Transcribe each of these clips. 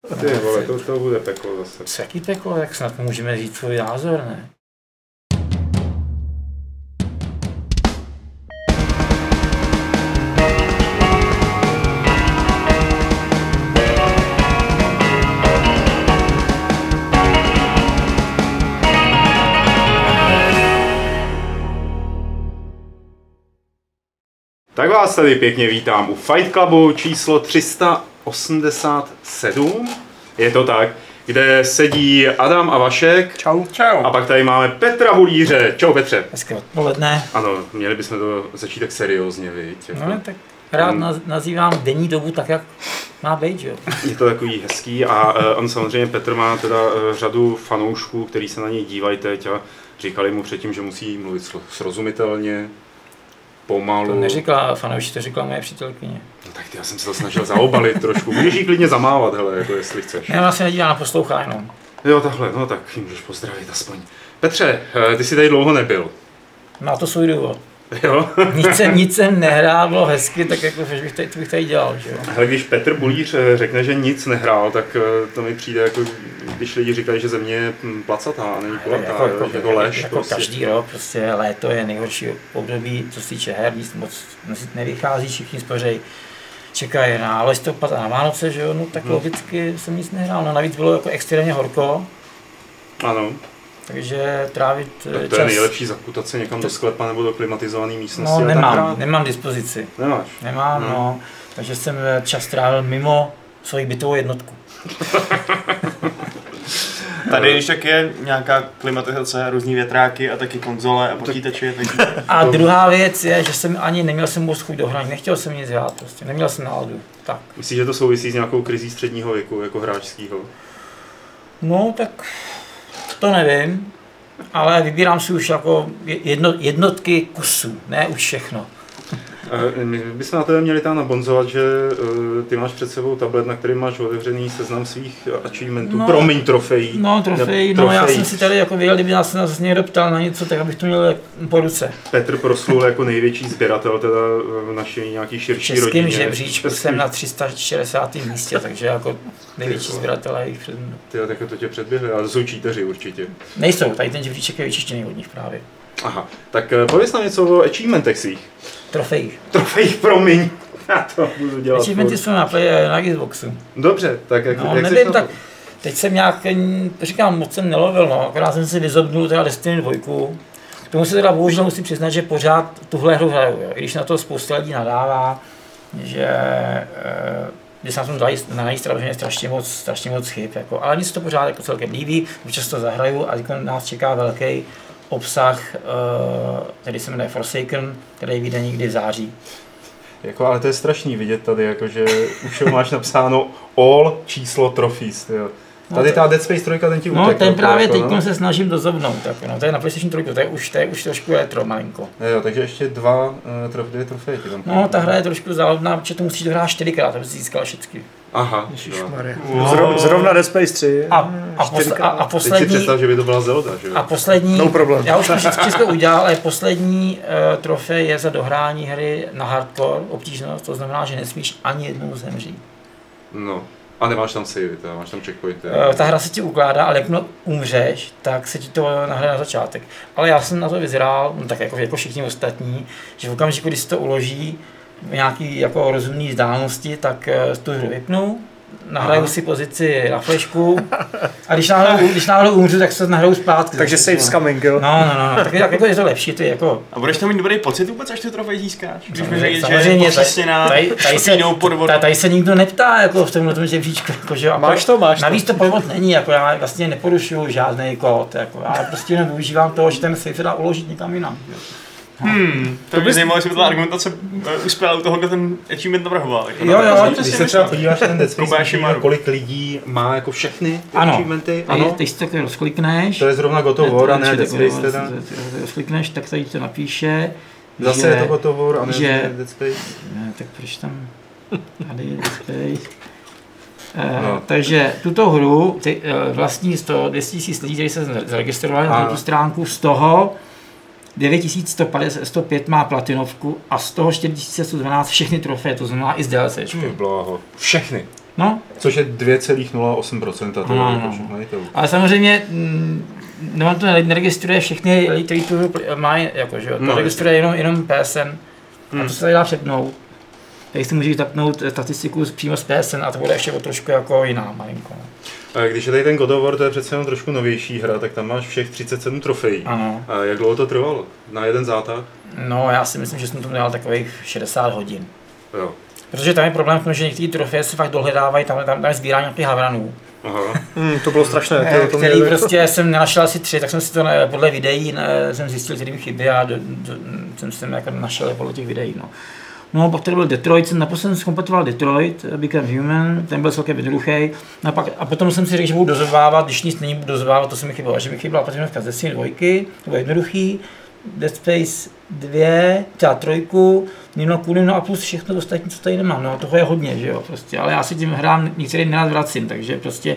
Ty vole, to bude peklo zase. Co jaký peklo, tak snad můžeme říct tvůj názor, ne? Tak vás tady pěkně vítám u Fight Clubu číslo 387, je to tak, kde sedí Adam a Vašek. Čau. A pak tady máme Petra Bulíře. Čau Petře. Hezké odpoledne. Ano, měli bychom to začít tak seriózně, viď? Jako. No, tak rád nazývám denní dobu tak, jak má být, jo. Je to takový hezký a on samozřejmě, Petr má teda řadu fanoušků, kteří se na něj dívají teď a říkali mu předtím, že musí mluvit srozumitelně, pomalu. To neříkala fanoušci, to říkala moje přítelkyně. No tak já jsem se to snažil zaobalit trošku. Můžeš jí klidně zamávat, hele, jako jestli chceš. Já se nedívám, poslouchá jenom. Jo, takhle, no tak ji můžeš pozdravit aspoň. Petře, ty jsi tady dlouho nebyl. Má to svůj důvod. Jo? Nic jsem nehrál, bylo hezky, tak jako, že bych tady dělal, že jo. Ale když Petr Bulíř řekne, že nic nehrál, tak to mi přijde jako, když lidi říkají, že země je placatá a není kulatá, jako lež. Jako prostě. každý rok, prostě léto je nejhorší období, co se týče her, nic moc nevychází, všichni spořej čekají na listopad a na Vánoce, že jo, no tak logicky jsem nic nehrál, no navíc bylo jako extrémně horko. Ano. Takže trávit tak to čas... je nejlepší zakutat se někam do sklepa nebo do klimatizované místnosti. No nemám dispozici. Nemáš? Nemám, no. Takže jsem čas trávil mimo svoji bytovou jednotku. Tady když tak je nějaká klimatizace, různý větráky a taky konzole a počítače. A druhá věc je, že jsem ani neměl jsem moc chuť do hraní, nechtěl jsem nic hrát prostě, neměl jsem náladu. Tak. Myslíš, že to souvisí s nějakou krizí středního věku, jako hráčského? No tak to nevím, ale vybírám si už jako jednotky kusů, ne už všechno. My bychom na tebe měli tam nabonzovat, že ty máš před sebou tablet, na kterém máš otevřený seznam svých achievementů, promiň, trofejí. No, trofejí, no já jsem si tady jako věděl, kdyby nás někdo ptal na něco, tak abych to měl po ruce. Petr proslul jako největší sběratel teda v naší nějaký širší rodině. Českým žebříčku jsem na 360. místě, takže jako největší sběratel a jejich předmět. Ty tak to tě předběhli, ale to jsou cheateři určitě. Nejsou, tady ten žebříček je vyčištěný od nich právě. Aha, tak pověz nám něco o achievementech svých. Trofejích, promiň. Já to budu dělat. Achievementy jsou na Xboxu. Dobře, tak jak nevím, tak teď jsem nějak, říkám, moc jsem nelovil, no, akorát jsem si vyzobnul teda Destiny 2. K tomu se teda bohužel musím přiznat, že pořád tuhle hru hraju, jo. I když na to spousta lidí nadává, že když jsem na nají straně strašně moc chyb, jako, ale mně se to pořád jako celkem líbí, občas to zahraju a nás čeká velký obsah, který se jmenuje Forsaken, který vyjde někdy v září. Jako, ale to je strašný vidět tady, jakože už máš napsáno all číslo trophies, jo. Tady ta Dead Space 3, ten ti utek. No ten právě jako, teď se snažím dozobnout, tak, no, to je na PlayStation 3, to je už trošku retro malinko. Jo, takže ještě dvě trofeje ti tam. No ta hra je trošku závodná, protože to musíš dohrát 4krát, aby si získal všechny. Aha. Zrovna Dead Space 3. A poslední... Teď si představ, že by to byla Zelda, že jo? A poslední... No problém. Já už to všechno udělal, ale poslední trofej je za dohrání hry na hardcore obtížnost, to znamená, že nesmíš ani jednou zemřít. No. A nemáš tam savey, máš tam checkpointy. Ta hra se ti ukládá, ale jakmile umřeš, tak se ti to nahraje na začátek. Ale já jsem na to vyzrál, no tak jako všichni ostatní, že v okamžiku, když si to uloží v nějaký jako rozumný vzdálenosti, tak tu hru vypnu, nahraju si pozici na flešku a když náhodou umřu, tak se nahraju zpátky. Takže save's coming, jo? No, tak jako je to lepší, to je jako... A budeš tam mít dobrý pocit vůbec, až tu trofej získáš? Když mi řekl, samozřejmě, že je poštěná špínou podvodu. Tady se nikdo neptá, jako v tomhle žebříčku, jako, že jo. Máš. Navíc to podvod není, jako já vlastně neporušuju žádný kód, jako já prostě jenom využívám toho, že ten save se dá uložit někam jinam. To by zajímalo, jestli by ta argumentace uspěla u toho, kdo ten achievement navrhoval. Jo, když se třeba podíváš na Dead Space, kolik lidí má jako všechny achievementy. Ano, teď si takhle rozklikneš. To je zrovna God of War a ne Dead Space teda. Rozklikneš, tak tady to napíše. Zase je to God of War a ne Dead Space. Ne, tak proč tam tady je Dead Space. Takže tuto hru vlastní 200 000 lidí, kteří se zaregistrovali na tu stránku, z toho 9105 má platinovku a z toho 4112 všechny trofeje, to znamená i z DLCčky. Všechny. No. Což je 2,08%, to je No. všechno majitelů. Ale samozřejmě no, to neregistruje všechny lidi, kteří tu hru mají, jako, že jo. To registruje jenom PSN. A to se tady dá přepnout. Tady si můžeš zapnout statistiku přímo z PSN a to bude ještě o trošku jako jiná malinko. A když je tady ten God of War, to je přece jenom trošku novější hra, tak tam máš všech 37 trofejí. Ano. A jak dlouho to trvalo? Na jeden zátah? No, já si myslím, že jsem to měl takových 60 hodin. Jo. Protože tam je problém v tom, že některé trofeje se fakt dohledávají, tam je sbírání nějakých havranů. Aha. To bylo strašné. Který prostě jsem nenašel asi 3, tak jsem si to podle videí jsem zjistil, který mi chybí a jsem jako našel podle těch videí. No, pak tady byl Detroit, naposledy jsem zkompletoval Detroit, Become Human, ten byl celkem jednoduchý. A potom jsem si řekl, že budu dozovávat, když nic není, budu dozovávat, to se mi chybilo. A že mi chybila Patrinovka ze Destiny 2, to bylo jednoduchý, Dead Space 2, třeba 3, Nino Kuni, no a plus všechno ostatní, co tady nemám. No, toho je hodně, že jo, prostě, ale já si tím hrám některý nerad vracím, takže prostě.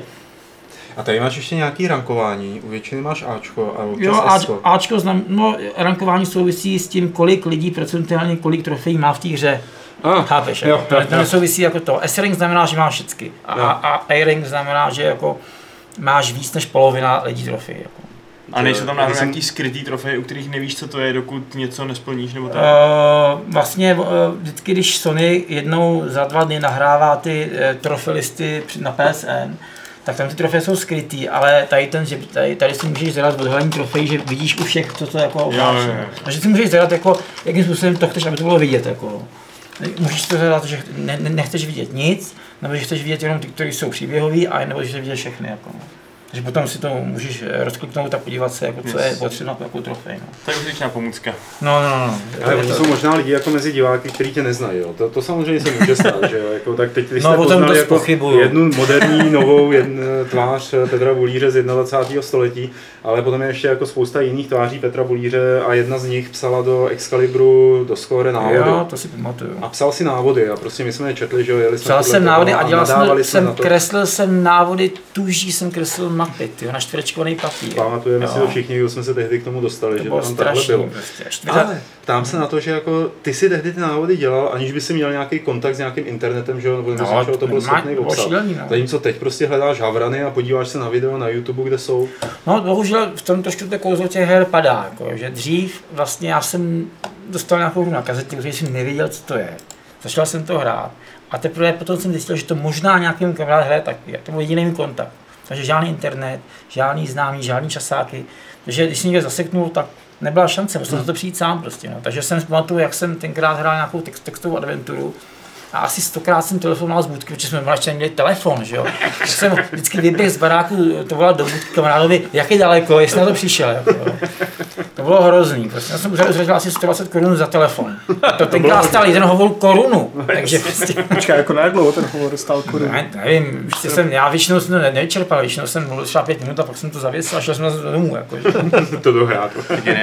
A tady máš ještě nějaký rankování, u většiny máš Ačko a občas Jo, Sko. Ačko no, rankování souvisí s tím, kolik lidí procentuálně, kolik trofejí má v té hře. Chápeš, jo, to nesouvisí jako to. S-rank znamená, že máš všechny. A A-rank znamená, že jako máš víc než polovina lidí trofejí. Jako. A nejsou tam náhodou nějaký skrytý trofeje, u kterých nevíš, co to je, dokud něco nesplníš, nebo tak? Vlastně vždycky, když Sony jednou za 2 dny nahrává ty trofilisty na PSN, tak tam ty trofeje jsou skrytý, ale tady si můžeš zadat odhalení trofejí, že vidíš u všech, co to jako obnáší. Takže si můžeš zadat, jako, jakým způsobem to chceš, aby to bylo vidět. Jako. Můžeš to zadat, že nechceš vidět nic, nebo že chceš vidět jenom ty, které jsou příběhový, a nebo že chceš vidět všechny. Jako. Takže potom si to můžeš rozkliknout a podívat se, jako, co je potřeba jako trofej. No. To je užitečná pomůcka. No. Ale oni jsou možná lidi jako mezi diváky, kteří tě neznají, jo. To samozřejmě se může stát, že jo. Jako, tak teď vy jste poznali jako jednu moderní, novou tvář Petra Bulíře z 21. století, ale potom je ještě jako spousta jiných tváří Petra Bulíře a jedna z nich psala do Excalibru, do Score návody. Jo, to si pamatuju. A psal si návody a prostě my jsme je četli, že jo, jeli jsme psal jsem návody a dělal jsem to. Kreslil jsem návody, tuží jsem kreslil mapy, na čtverečkovaný papír. Pamatujeme si to všichni, kdo jsme se tehdy k tomu dostali, to že bylo to tam takhle bylo. Prostě. Ale ptám se na to, že jako ty si tehdy ty návody dělal, aniž by si měl nějaký kontakt s nějakým internetem, že jo, nebo čeho to byl schopný obsat. Zatímco teď prostě hledáš havrany a podíváš se na video na YouTube, kde jsou. No bohužel v tom trošku to kouzlo těch her padá, jako, že dřív vlastně já jsem dostal nějakou hru na kazetě, protože jsem nevěděl, co to je. Začal jsem to hrát a teprve potom jsem zjistil, že to možná nějakým kamarád hraje taky. To byl jediný kontakt. Takže žádný internet, žádný známý, žádný časáky. Takže když se někde zaseknul, tak nebyla šance, musel to přijít sám prostě. No. Takže jsem pamatuju, jak jsem tenkrát hrál nějakou textovou adventuru a asi 100krát jsem telefonoval z budky, protože jsme ještě neměli telefon, že jo. Jsem vždycky vyběhl z baráku, to volal do budky kamarádovi, jak je daleko, jestli na to přišel. Jako, to bylo hrozný, prostě. Já jsem uzradil asi 120 korun za telefon. To tenkrát stál jeden hovor korunu, takže prostě. Počkej, jako na jak dlouho ten hovor stál korunu? Nevím, já většinou jsem to nevyčerpal, většinou jsem mluvil třeba 5 minut a pak jsem to zavěsil a šel jsem zase domů. Jako, to dohrát.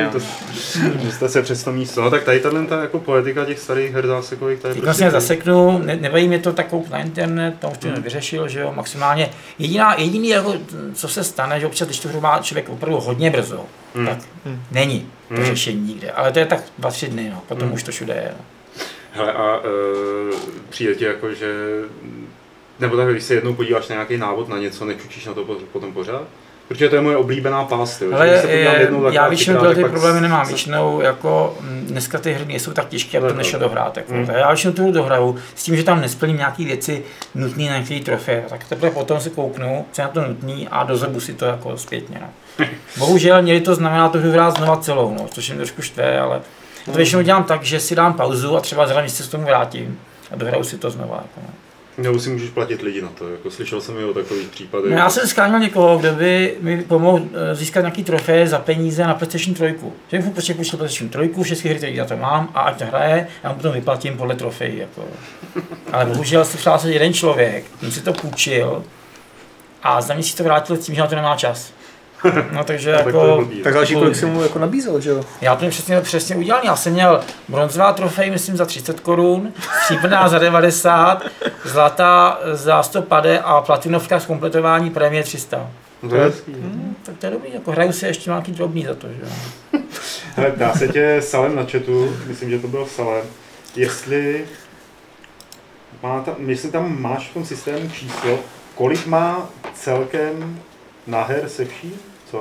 Jste se přes to místo. No tak tady tato jako poetika těch starých her zásekových tady prostě zaseknu, nebaví mě to tak koupit na internet, to už to nevyřešil, že jo, maximálně. Jediný jako, co se stane, že občas, když to hru má člověk opravdu hodně brzo, tak není to řešení nikde, ale to je tak 2-3 dny, no, potom už to všude je. No. Hele, a přijde ti jako, že, nebo tak, když se jednou podíváš na nějaký návod na něco, nečučíš na to potom pořád? Protože to je moje oblíbená pást, jo. Ale já většinou tyhle ty problémy nemám, většinou jako dneska ty hry nejsou tak těžké, aby to nešlo dohrát. Jako. Já většinou tu dohraju s tím, že tam nesplním nějaké věci nutné na některé trofeje, tak teprve potom si kouknu, co je na to nutný a dozebu si to jako zpětně. No. Bohužel měli to znamená to hru hrát znova celou, no, což mě trošku štve, ale to většinou dělám tak, že si dám pauzu a třeba za 2 měsíce se k tomu vrátím a dohraju si to znova. Jako, no. Nebo si můžeš platit lidi na to, jako slyšel jsem i o takových případech. No já jsem skáněl někoho, kdo by mi pomohl získat nějaký trofej za peníze na PlayStation 3. Že mu prostě půjčil PlayStation 3, všechny hry, které na to mám a ať to hraje, já mu potom vyplatím podle trofejí. Jako. Ale bohužel si přál se jeden člověk, ten si to půjčil a za měsíc to vrátil s tím, že na to nemá čas. No takže jako... Tak další kolik si mu jako nabízel, že jo? Já to přesně udělal, já jsem měl bronzová trofej, myslím za 30 korun, stříbrná za 90, zlatá za 150 a platinovka z kompletování prémie 300. To je hezký. Tak to je dobrý, jako hraju si ještě nějaký drobný za to, že jo. Hele, dá se tě Salem na chatu, myslím, že to byl Salem, jestli Jestli tam máš v tom systému číslo, kolik má celkem na her se vší? Co?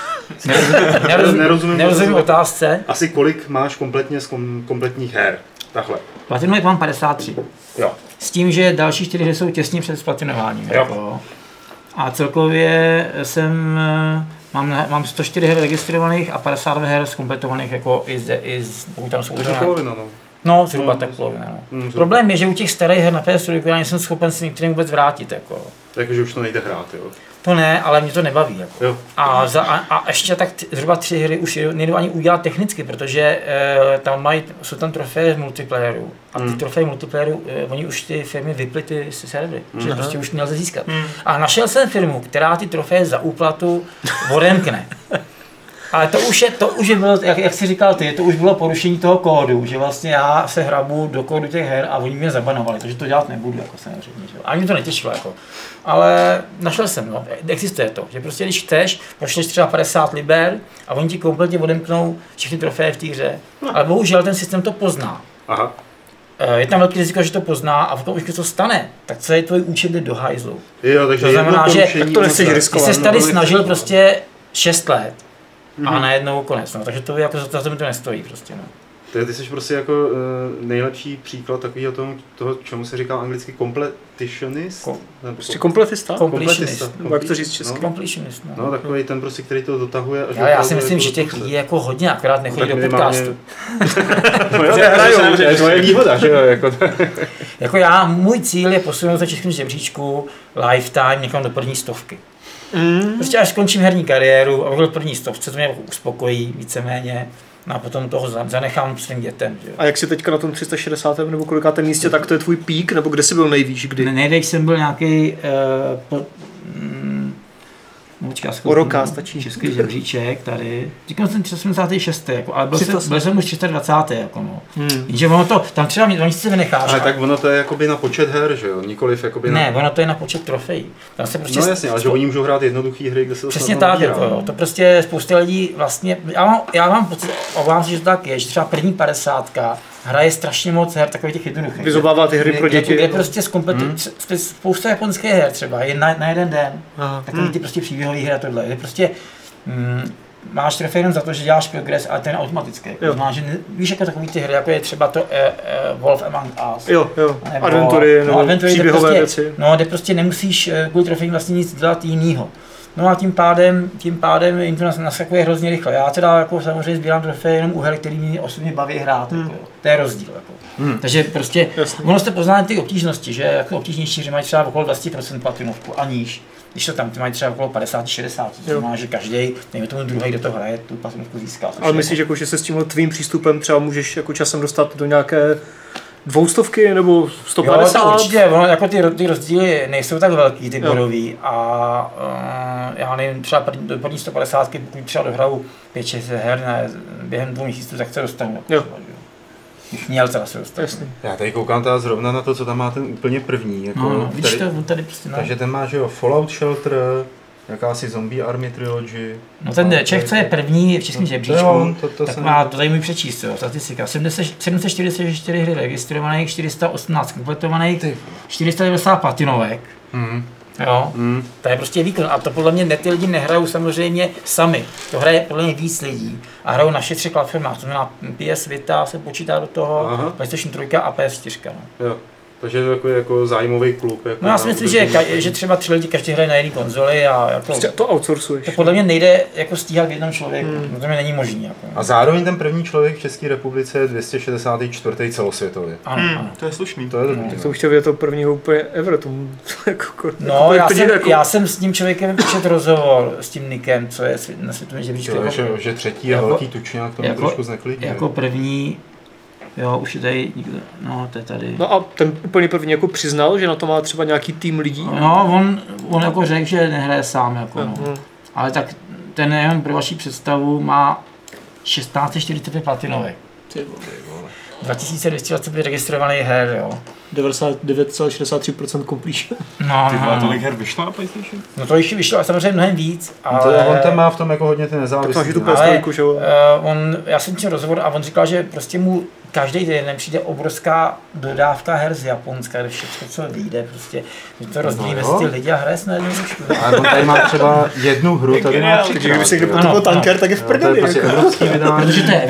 Nerozumím otázce. Asi kolik máš kompletně z kompletních her? Takhle. Platinový mám 53. Jo. S tím, že další 4 hry jsou těsně před splatinováním. Jako. A celkově mám 104 her registrovaných a 52 her zkompletovaných jako pokud tam jsou polovina, No, zhruba tak polovina. Problém je, že u těch starých her na PS3 já nejsem schopen si některým vůbec vrátit. Jako. Takže už to nejde hrát, jo? To ne, ale mě to nebaví. Jako. Jo. A ještě tak zhruba 3 hry už nejdu ani udělat technicky, protože jsou tam trofeje z multiplayeru. A ty trofeje multiplayeru, oni už ty firmy vyply ty servery, že prostě už nelze získat. A našel jsem firmu, která ty trofeje za úplatu odemkne. Ale to už bylo, jak jsi říkal ty, to už bylo porušení toho kódu, že vlastně já se hrabu do kódu těch her a oni mě zabanovali, takže to dělat nebudu, jako samozřejmě. Ani to netěšilo, jako. Ale našel jsem, no, existuje to, že prostě když chceš, pošleš třeba 50 liber a oni ti kompletně odemknou všechny trofeje v té hře, ale bohužel ten systém to pozná. Aha. Je tam velký riziko, že to pozná a v tom už když to stane, tak celý tvůj účet jde do hajzlu. Jo, takže to znamená, že to nechceš riskovat. Ty jsi tady snažil prostě 6 let. A najednou konec, no, takže to jako za to mi to nestojí prostě, no. Ty jsi prostě jako nejlepší příklad takového toho, čemu se říká anglicky completionist? Prostě kompletista? Completionist. Jak to říct česky? Completionist, no. No, takový ten prostě, který to dotahuje. Až já si myslím, že těch lidí jako hodně, akorát nechodí do podcastu. No jo, to je výhoda, že jo, jako můj cíl je posunout za českým žebříčku lifetime někam do první 100. Prostě až skončím herní kariéru a byl v první 100, to mě uspokojí víceméně. No a potom toho zanechám svým dětem. Že? A jak jsi teďka na tom 360. nebo kolikátém místě, tak to je tvůj pík, nebo kde jsi byl nejvíc, kdy? Nejvíc jsem byl nějaký Oroka stačí. Český žebříček tady. Říkám jsem 386. Jako, ale byl jsem už 320. Jako, no. Jenže ono to, tam třeba oni si vynecháš. Ale tak ono to je jakoby na počet her, že jo? Nikoliv jakoby ne, ono to je na počet trofejí. Tam se prostě no jasně, ale že oni můžou hrát jednoduchý hry, kde se to přesně tak, jako, jo. To prostě spousta lidí vlastně, já mám pocit, obávám se, že to tak je, že třeba první 50 hraje strašně moc her takových těch jednoduchých. Vyzobává ty hry pro děti. Kde prostě spousta japonských her třeba, je na jeden den. Takový ty prostě příběhový hry a tohle. Je prostě máš trofej jenom za to, že děláš progres, ale ten je automatický. To znamená, že víš, jako takový ty hry, jako je třeba to Wolf Among Us. Jo. Adventury, nebo příběhové věci. No, kde prostě nemusíš kvůli trofejím vlastně nic dělat jinýho. No a tím pádem jim to naskakuje hrozně rychle. Já teda jako samozřejmě sbírám trofeje jenom u her, který mě osobně baví hrát. Jako, to je rozdíl. Jako. Takže prostě ono se pozná ty obtížnosti, že jako obtížnější hry mají třeba okolo 20% platinovku a níž. Když to tam ty mají třeba okolo 50-60, to znamená, že každý, dejme tomu druhý, kdo to hraje, tu platinovku získá. Ale myslíš, jako, že se s tímhle tvým přístupem třeba můžeš jako časem dostat do nějaké 200 nebo 150? Jo, určitě, jako ty rozdíly nejsou tak velký, ty bodový a já nevím, třeba do první 150, pokud třeba dohraju 5-6 her během 2 měsíců, tak se dostanu. Jo. Měl teda se dostat. Jasný. Já tady koukám teda zrovna na to, co tam má ten úplně první. Jako vidíš to, tady prostě, takže ten má, že jo, Fallout Shelter, jakási Zombie Army Trilogy. No ten Čech, co je první v českém žebříčku, tak má, to tady můj přečíst, jo, statistika. 744 hry registrovaných, 418 kompletovaných, 490 platinovek. Jo, to je prostě výkon a to podle mě ty lidi nehrajou samozřejmě sami, to hraje podle mě víc lidí a hrajou na 3 platformách, to znamená PS Vita se počítá do toho, PlayStation 3 a PS4. No. Jo. Takže je to jako zájmový klub. Jako no já si myslím, že třeba 3 lidi každý hraje na jedné konzoli a jako... Prostě to outsourcuješ. To podle mě nejde jako stíhat v jednom člověku, to mě není možný. Jako. A zároveň ten první člověk v České republice je 264. celosvětově. Ano. To je slušný. To je dobrý. Tak to už chtěl vědět toho prvního úplně ever. Jako, no já jsem s tím člověkem před rozhovor s tím Nikem, co je na světovém žebříčku. Že třetí je velký tučňák, to mě trošku zneklidňuje. Jako první. Jo, už je tady nikdo, no to je tady. No a ten úplně první jako přiznal, že na to má třeba nějaký tým lidí? No, on jako řekl, že nehraje sám, jako no. Ale tak ten jenom pro vaši představu má 1645 platinovek. 2225 registrovaných her, jo. 99,63% completion. No. Tolik her vyšlo na PlayStation? No to ještě vyšlo, a samozřejmě mnohem víc, ale... To on tam má v tom jako hodně ty nezávislý. Tak máš tu PS3, že jo? Já jsem čel rozhovor a on říkal, že prostě mu každý den přijde obrovská dodávka her z Japonska, kde všechno, co vyjde, prostě, to rozdělí mezi ty lidi a hraje se na jednu ručku. Ale on tady má třeba jednu hru, tady má tři. Kdyby si kdyby tanker, tak je v prdeli. Prostě evropský vydání. Protože to je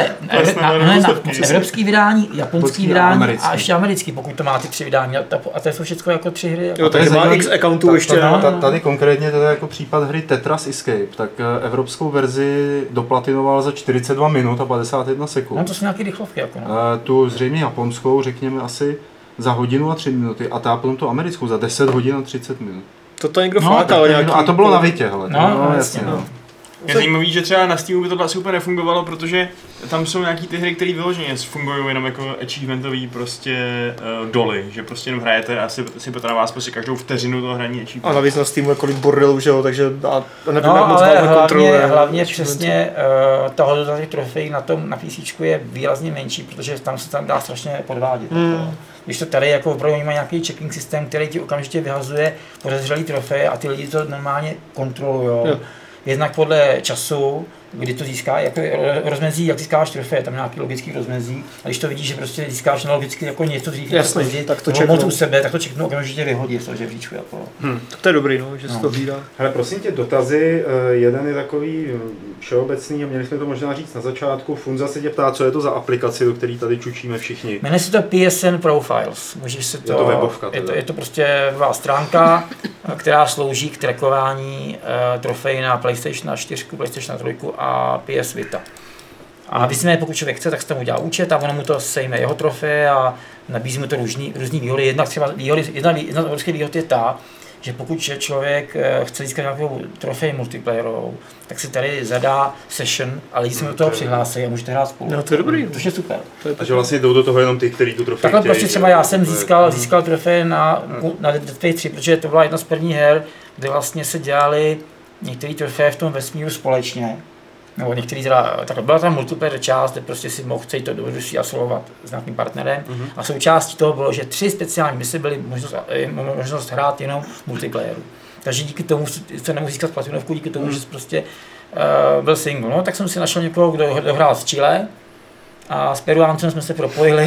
evropský vydání, japonský vydání a ještě americký, pokud to má ty 3 vydání. A to jsou všechno jako 3 hry. Jo, takže má x accountů ještě. Tady konkrétně teda jako případ hry Tetris Escape, tak evropskou verzi doplatinoval za 42 minut a 51 sekund. No to jsou nějaké rychlovky. Jako, no. Tu zřejmě japonskou, řekněme asi za hodinu a 3 minuty a ta potom tu americkou za 10 hodin a 30 minut. To někdo flákal nějaký. A to bylo na Vitě, hele. No, jasně. No. Je zajímavý, že třeba na Steamu by to asi úplně nefungovalo, protože tam jsou nějaký ty hry, které vyloženě fungují jenom jako achievementový prostě doly, že prostě jenom hrajete a si na vás prostě každou vteřinu toho hraní achievement. A navíc na Steamu je kolik bordelů, že jo, takže nevím, jak moc ale hlavně přesně ta hodnota těch trofejí na PCčku je výrazně menší, protože tam se dá strašně podvádět. Když to tady jako opravdu má nějaký checking systém, který ti okamžitě vyhazuje podezřelý trofeje a ty lidi to normálně kontrolujou. Jednak podle času, kdy to získá, jako rozmezí, jak získáváš trofeje, tam nějaký logický rozmezí. A když to vidíš, že prostě získáš nelogicky jako něco dřív, tak to čeknu. U sebe, tak to čeknu okamžitě vyhodí z toho žebříčku. Jako. To je dobrý, no, že se to hlídá. Hele, prosím tě, dotazy, jeden je takový všeobecný a měli jsme to možná říct na začátku. Funza se tě ptá, co je to za aplikaci, do které tady čučíme všichni. Jmenuje se to PSN Profiles. Můžeš se to, je to webovka. Je to prostě webová stránka, která slouží k trackování trofejí na PlayStation 4, PlayStation 3 a PS Vita. A víceméně pokud člověk chce, tak se tam udělá účet a ono mu to sejme jeho trofeje a nabízí mu to různý výhody. Jedna z obrovských výhod je ta, že pokud člověk chce získat nějakou trofej multiplayerovou, tak si tady zadá session a lidi se do toho přihlásí a můžete hrát spolu. No to je dobrý. To je super. Takže vlastně jdou do toho jenom ty, kteří tu trofej takhle chtějí. Prostě třeba já jsem získal trofej na Dead Space 3, protože to byla jedna z prvních her, kde vlastně se dělali některé trofeje v tom vesmíru společně. Nebo některý takhle byla tam multiplayer část, kde prostě si mohl celý to dobrodružství absolvovat s nějakým partnerem. A součástí toho bylo, že 3 speciální mise byly možnost hrát jenom multiplayeru. Takže díky tomu se nemohl získat platinovku, díky tomu, že prostě byl single. No, tak jsem si našel někoho, kdo hrál z Chile a s Peruáncem jsme se propojili.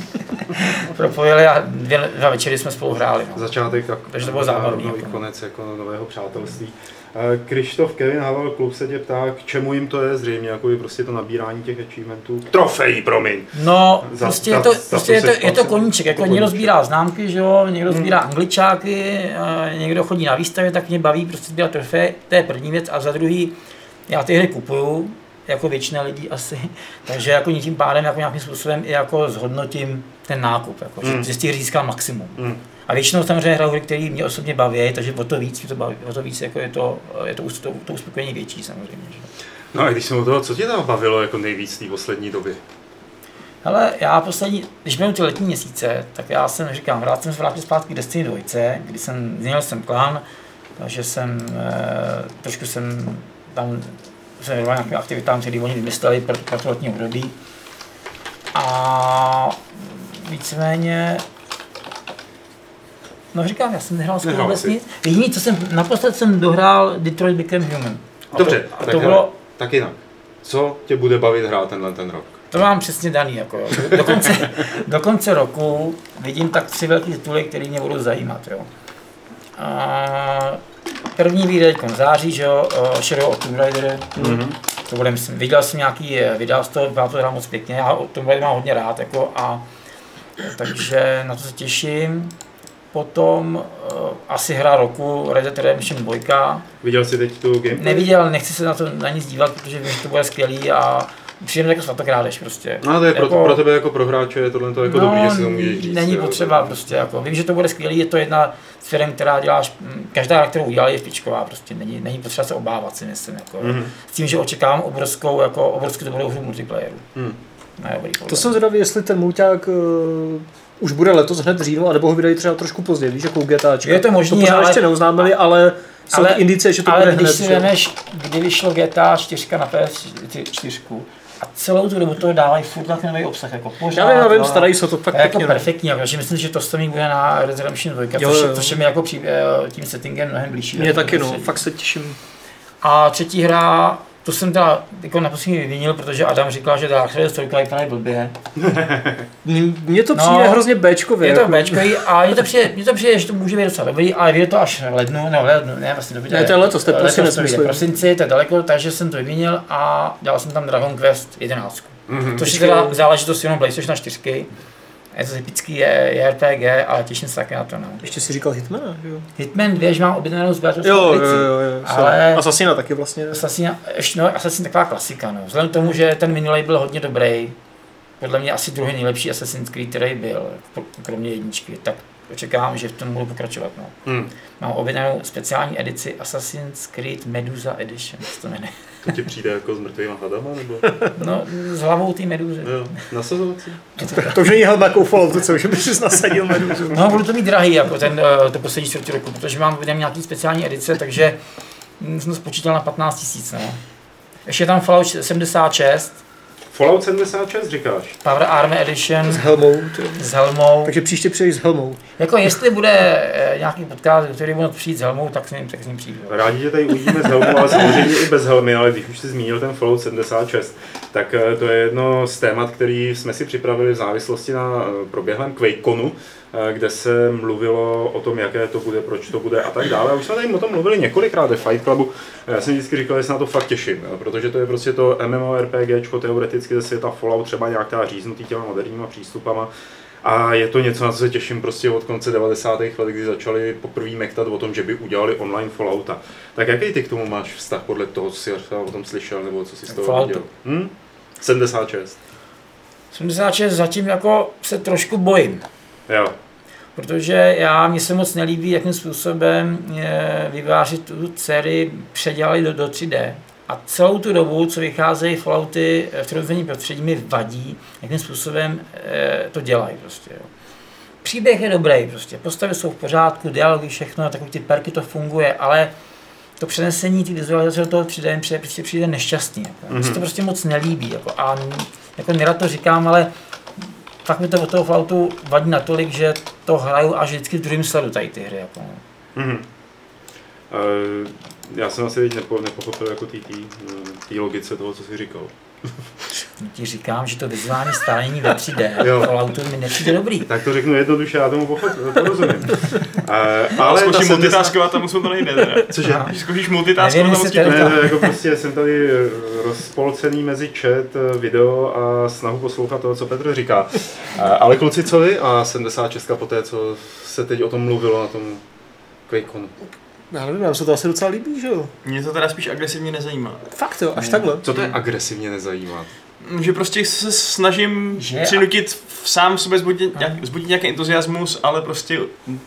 A 2 večery jsme spolu hráli. No. Začátek takže to bylo zábavný. Nový konec jako nového přátelství. Krištof Kevin Havel klub se tě ptá, k čemu jim to je zřejmě, jako je prostě to nabírání těch achievementů. Trofejí, promiň! No, prostě je to koníček, jako někdo sbírá známky, že jo, někdo sbírá angličáky, někdo chodí na výstavě, tak mě baví prostě sbírat trofeje, to je první věc a za druhý, já ty hry kupuju, jako většina lidí asi, takže jako tím pádem jako nějakým způsobem i jako zhodnotím ten nákup, jako, že z těch získám maximum. A většinou samozřejmě hraju hry, které mě osobně baví, takže o to víc jako je to uspokojení větší samozřejmě. Že? No a když jsem u toho, co tě tam bavilo jako nejvíc v té poslední době? Hele, když byl ty letní měsíce, tak já jsem vrátil zpátky k Destiny 2, kdy změnil jsem klan, takže trošku jsem tam se věnoval nějakým aktivitám, které oni vymysleli pro to letní období. A víceméně, no říkám, já jsem nehrál skoro vůbec nic. Jediný, co naposled jsem dohrál Detroit Become Human. Dobře, tak jinak. Co tě bude bavit hrát ten rok? To mám přesně daný, jako jo. Do konce roku vidím tak 3 velké tituly, které mě budou zajímat, jo. První vyjde v září, že jo, Shadow of Tomb Raider. To bude, viděl jsem nějaký videa z toho, byla to hra moc pěkně, já Tomb Raider mám hodně rád, jako, takže na to se těším. Potom asi hra roku, Red Dead Redemption 2. Viděl jsi teď tu gameplay? Neviděl, nechci se na nic dívat, protože vím, že to bude skvělý a přijde jako svatokrádež prostě. No to je jako, pro tebe jako pro hráče je tohle jako dobrý, že si to můžeš říct. Není potřeba prostě jako, vím, že to bude skvělý, je to jedna z firm, která děláš, každá hra, kterou udělali, je špičková, prostě není potřeba se obávat, si myslím, jako, s tím, že očekávám obrovskou dobrou hru multiplayeru. To jsem zvědavý, jestli ten mulťák už bude letos hned v říjnu, anebo ho vydají třeba trošku později, víš, jako GTAčka. Je to možný, to ještě neoznámili, ale jsou indicie, že to bude hned. Ale když si vemeš, kdy vyšlo GTA 4 na PS4 a celou tu dobu toho dávají furt nějaký nový obsah, jako pořád. Já vím, starají se to fakt jako perfektní, takže myslím, že to samý bude na Red Dead Redemption 2, což je mi jako tím settingem mnohem blížší. Mně taky, no, fakt se těším. A třetí hra To jsem teda jako naposledy vyvinil, protože Adam říkal, že Dark Souls 3 vypadá blbě. Mně to přijde hrozně Bčkově. Je to Bčkový a mně to přijde, že to může být docela dobrý, ale vyjde to až v lednu, vlastně to bude. Ne, to je letos, to je prostě nesmysl. V prosinci, to je daleko, takže jsem to vyvinil a dělal jsem tam Dragon Quest 11. Což je teda záležitost jenom PlayStation 4. Je to typický RPG, ale těším se taky na to. No. Ještě si říkal Hitmana, že jo? Hitman 2, že mám objednanou sběratelskou jo, ale Assassina taky vlastně. Assassin taková klasika, no. Vzhledem k tomu, že ten minulej byl hodně dobrý, podle mě asi druhý nejlepší Assassin's Creed, který byl, kromě jedničky, tak očekávám, že v tom budu pokračovat. No. Mám objednanou speciální edici Assassin's Creed Medusa Edition, to jmenuje. To ti přijde jako s mrtvýma hadama, nebo? No, s hlavou té meduzy. Jo, nasazovací. To už není helma jako Falloutu, co, že bys si nasadil meduzu. No, budu to mít drahý, jako to poslední čtvrtý roku, protože mám nějaký speciální edice, takže jsem to spočítal na 15 000, no. Ještě je tam Fallout 76. Fallout 76 říkáš? Power Army Edition. S helmou. Takže příště přijdeš s helmou. Jako jestli bude nějaký podcast, který bude přijít s helmou, tak s ním přijdu. Rádi, že tady uvidíme s helmou, ale samozřejmě i bez helmy, ale když už jsi zmínil ten Fallout 76, tak to je jedno z témat, který jsme si připravili v závislosti na proběhlém QuakeConu, kde se mluvilo o tom, jaké to bude, proč to bude a tak dále. A už jsme tady o tom mluvili několikrát ve Fight Clubu. Já jsem vždycky říkal, že se na to fakt těším, protože to je prostě to MMORPGčko teoreticky ze světa Fallout, třeba nějaká říznutý těma moderníma přístupama. A je to něco, na co se těším prostě od konce 90. let, kdy začali poprvé mektat o tom, že by udělali online Fallouta. Tak jaký ty k tomu máš vztah podle toho, co jsi o tom slyšel, nebo co jsi z toho viděl? 76. 76 zatím jako se trošku bojím. Jo. Protože mně se moc nelíbí, jakým způsobem vývojáři tu sérii předělali do 3D. A celou tu dobu, co vycházejí Fallouty v přirozeném prostředí, mi vadí, jakým způsobem to dělají. Prostě, jo. Příběh je dobrý, prostě. Postavy jsou v pořádku, dialogy, všechno, takové ty perky to funguje, ale to přenesení ty vizualizace do toho 3D mi přijde nešťastný. Jako. Mně se to prostě moc nelíbí. Jako. A jako nerad to říkám, ale fakt mi to od toho Falloutu vadí natolik, že to hraju až vždycky v druhém sledu tady ty hry. Jako. Já jsem asi nepochopil jako té logice toho, co jsi říkal. Ti říkám, že to vizuální stánění ve 3D Falloutu mi nepřijde dobrý. Tak to řeknu jednoduše, já tomu porozumím. Ale zkouším multitaskovat, tam musím to nejde teda. Cože? Když zkoušíš multitaskovat, tam musím ne, jako prostě jsem tady rozpolcený mezi chat, video a snahu poslouchat toho, co Petr říká. Ale kluci, co vy? A 76 po té, co se teď o tom mluvilo na tom QuakeConu. Já nevím, nám se to asi docela líbí, že jo? Mě to teda spíš agresivně nezajímá. Fakt jo, až takhle. Co to je agresivně nezajímá? Že prostě se snažím přinutit sám v sobě zbudit nějaký entuziasmus, ale prostě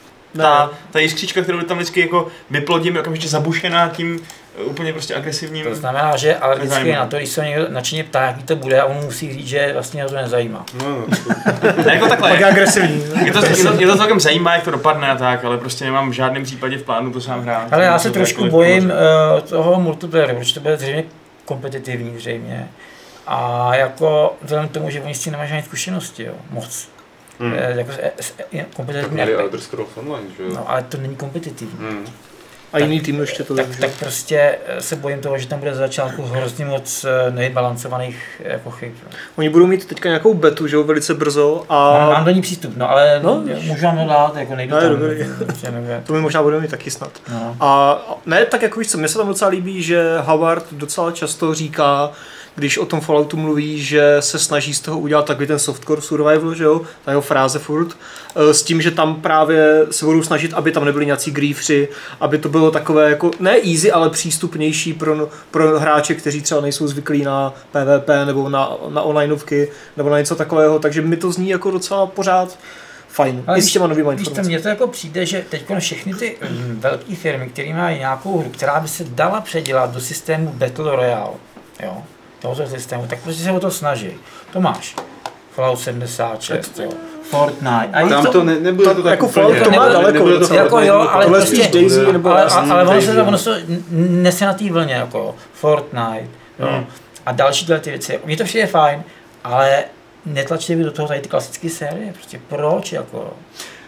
ta jiskřička, kterou tam vždycky jako vyplodím, je okamžitě zabušená tím úplně prostě agresivním. To znamená, že alergický je na to, když se někdo nadšeně ptá, jaký to bude a on musí říct, že vlastně ho to nezajímá. No. Jako takhle. Tak je agresivní. Je to celkem zajímá, jak to dopadne a tak, ale prostě nemám v žádném případě v plánu to sám hrát. Ale já se trošku bojím toho multiplayeru, protože to bude zřejmě kompetitivní zřejmě. A jako vzhledem k tomu, že oni s tím nemají žádné zkušenosti, jo, moc. Jako kompetitivní. Tak měli Elder Scrolls Online, že jo? No, ale to není kompetitivní. A jiný tým ještě to tak prostě se bojím toho, že tam bude za začátku hrozně moc nejbalancovaných jako chyb. Oni budou mít teďka nějakou betu, že jo, velice brzo a... Mám do ní přístup, no ale můžu vám to dát, jako nejdu tam. To mi možná budeme mít taky snad. No. A ne, tak jako víš co, mně se tam docela líbí, že Howard docela často říká, když o tom Falloutu mluví, že se snaží z toho udělat takový ten softcore survival, že jo, ta jeho fráze furt, s tím, že tam právě se budou snažit, aby tam nebyli nějací griefři, aby to bylo takové jako, ne easy, ale přístupnější pro hráče, kteří třeba nejsou zvyklí na PvP nebo na onlineovky nebo na něco takového, takže mi to zní jako docela pořád fajn, i s těma novýma informacemi. Mně to jako přijde, že teď všechny ty velké firmy, které mají nějakou hru, která by se dala předělat do systému Battle Royale, jo, tohoto systému, tak prostě se o to snaží. To máš. Fallout 76, jo. Fortnite. A tam to nebude to tak jako úplně. Fallout to má daleko. Jako jo, ale prostě Daisy nebo ale ono se nese na té vlně, jako Fortnite, jo. A další ty věci. Mně to přijde fajn, ale netlačte by do toho tady ty klasické série. Prostě proč, jako?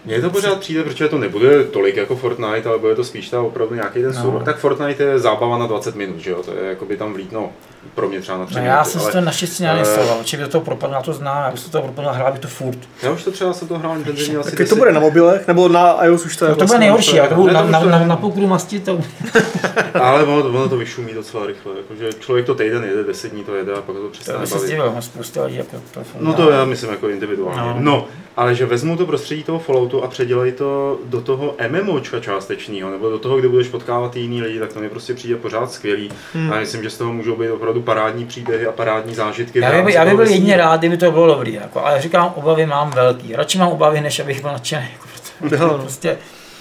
Mně to pořád přijde, protože to nebude tolik jako Fortnite, ale bude to spíš ta opravdu nějaký ten soubor. Tak Fortnite je zábava na 20 minut, že jo? To je jakoby tam vlítno pro mě třeba na 3 minuty. Já jsem si to naštěstí nenainstaloval, či by do toho propadl, na to znám, já bych se to propadl, hrál bych to furt. Já už to třeba jsem to hrál intenzivně asi 10. To bude na mobilech, nebo na iOS už to je no, to bude nejhorší, jako na půlkru masti to... Ale ono to vyšumí docela rychle, jakože člověk to týden jede, 10 dní to jede a pak to přestane bavit. To by se zdivil, spousta lidí jako to no to já myslím jako individuálně. No, ale že vezmu to prostředí toho Falloutu a předělají to do toho MMOčka částečného, nebo do toho, kde budeš potkávat jiný lidi, tak to mi prostě přijde pořád skvělý. A myslím, že z toho můžou být opravdu parádní příběhy a parádní zážitky. Já bych byl jedině rád, kdyby to bylo dobrý, jako, ale říkám, obavy mám velký. Radši mám obavy, než abych byl nadšený. Jako, prostě,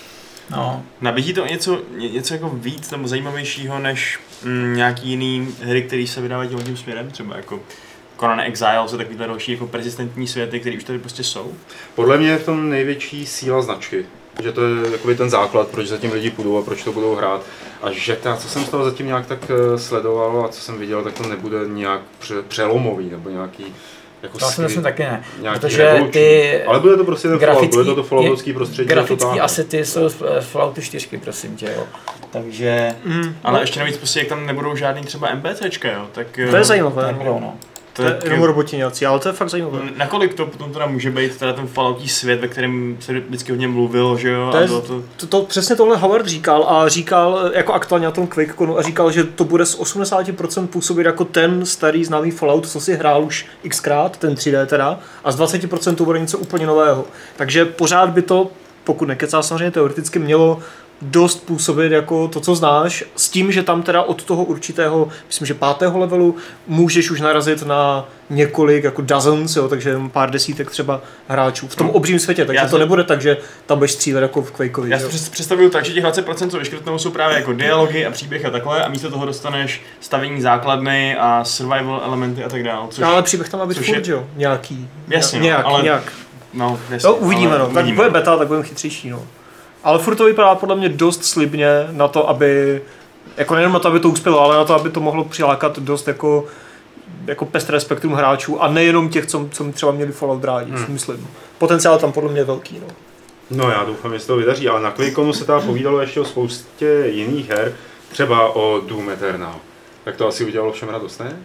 no. Nabízí to něco jako víc nebo zajímavějšího než nějaký jiný hry, které se vydávají tím směrem, třeba jako Conan Exiles a takovýhle další jako persistentní světy, které už tady prostě jsou? Podle mě je v tom největší síla značky. Že to je jakoby ten základ, proč zatím lidi půjdou a proč to budou hrát. A že co jsem z toho zatím nějak tak sledoval a co jsem viděl, tak to nebude nějak přelomový nebo nějaký jako to jsem taky ne, protože ale bude to prostě ten Fallout, bude to falloutovský prostředí. Grafický asety jsou z Falloutu 4, prosím tě, jo. Takže... ale ještě navíc prostě, jak tam nebudou žádný třeba NPCčka, jo, tak... To je zajímavé. Nebudou, no. To je jenom robotiněcí, ale to je fakt zajímavé. Nakolik to potom teda může být teda ten Falloutí svět, ve kterém se vždycky hodně mluvil, že jo? To přesně tohle Howard říkal jako aktuálně na tom QuakeConu a říkal, že to bude z 80% působit jako ten starý známý Fallout, co si hrál už xkrát, ten 3D teda, a z 20% to bude něco úplně nového. Takže pořád by to, pokud nekecá samozřejmě teoreticky, mělo dost působit jako to, co znáš, s tím, že tam teda od toho určitého, myslím, že 5. levelu můžeš už narazit na několik, jako dozens, jo, takže pár desítek třeba hráčů v tom obřím světě, takže to nebude tak, že tam budeš střílet jako v Quakeovi. Já si představuju tak, že těch 20%, co vyškrtnou, jsou právě jako dialogy a příběh a takhle a místo toho dostaneš stavění základny a survival elementy a tak dále. Ale příběh tam má být furt, jo, nějaký. Jasně, nějak. No, jasně, uvidíme, no. Tak bude beta, tak budeme chytřejší, no. Ale furt to vypadá podle mě dost slibně na to, aby, jako nejenom na to, aby to uspělo, ale na to, aby to mohlo přilákat dost jako pestré spektrum hráčů a nejenom těch, co třeba měli Fallout rádi, myslím. Potenciál tam podle mě je velký, no. No já doufám, že se to vydaří, ale na QuakeConu se tam povídalo ještě o spoustě jiných her, třeba o Doom Eternal. Tak to asi udělalo všem radost, ne?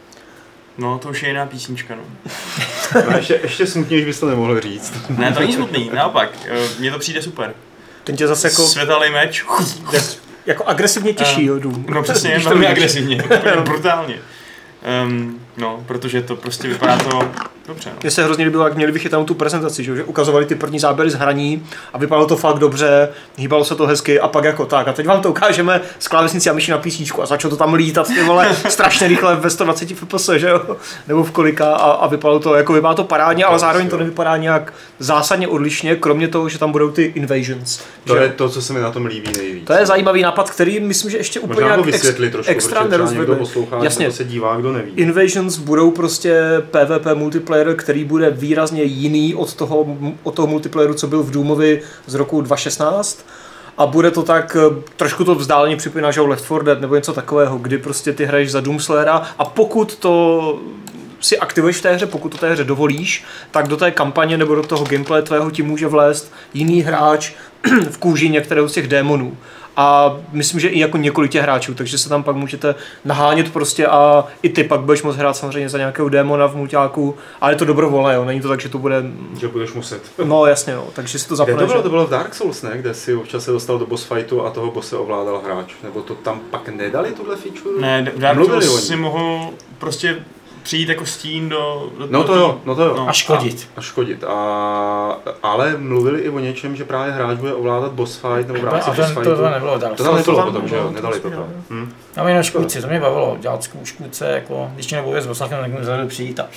No, to už je jiná písnička, no. No ještě smutněji bys to nemohl říct. Ne, to není smutný, naopak, mně to přijde super. Ten tě zase jako... Světelný meč. Jako agresivně těší, jo, Doom. No přesně, velmi agresivně, brutálně. No, protože to prostě vypadá to dobře. No. Mně se hrozně líbilo, jak měli vychytanou tu prezentaci, že ukazovali ty první záběry z hraní a vypadalo to fakt dobře, hýbalo se to hezky a pak jako tak. A teď vám to ukážeme z klávesnicí a myší na písíčku a začalo to tam lítat, ty vole, strašně rychle ve 120 fps, že jo, nebo v kolika a vypadalo to, jako vypadá to parádně, ale zároveň to nevypadá nějak zásadně odlišně, kromě toho, že tam budou ty invasions. To je to, co se mi na tom líbí nejvíc. To je zajímavý nápad, který myslím, že ještě úplně nějak extra nerozvedli. Jasně, se dívá, kdo neví. Invasions budou prostě PvP multiplayer, který bude výrazně jiný od toho multiplayeru, co byl v Doomovi z roku 2016. A bude to tak, trošku to vzdáleně připomíná, že Left 4 Dead nebo něco takového, kdy prostě ty hraješ za Doomslayera a pokud to si aktivuješ v té hře, pokud to té hře dovolíš, tak do té kampaně nebo do toho gameplay tvého ti může vlézt jiný hráč v kůži některého z těch démonů. A myslím, že i jako několik těch hráčů, takže se tam pak můžete nahánět prostě a i ty pak budeš moct hrát samozřejmě za nějakého démona v mulťáku, ale je to dobrovolné, jo, není to tak, že to bude... Že budeš muset. No jasně, no, takže si to zapneš. To bylo v Dark Souls, ne? Kde si občas se dostal do boss fightu a toho bosse ovládal hráč, nebo to tam pak nedali tuhle feature? Ne, v Dark Souls si mohl prostě přijít jako stín do No to jo. A škodit. A škodit. Ale mluvili i o něčem, že právě hráč bude ovládat boss fight nebo v rámci boss fightu. To nebylo Dark Souls. To tam nebylo potom, že jo? Nedali to tam. Tam jenom škůdci, to mě bavilo, dělat škůdce, jako, když tě nebojuje s bossem, tak můžu vzadu přijít a...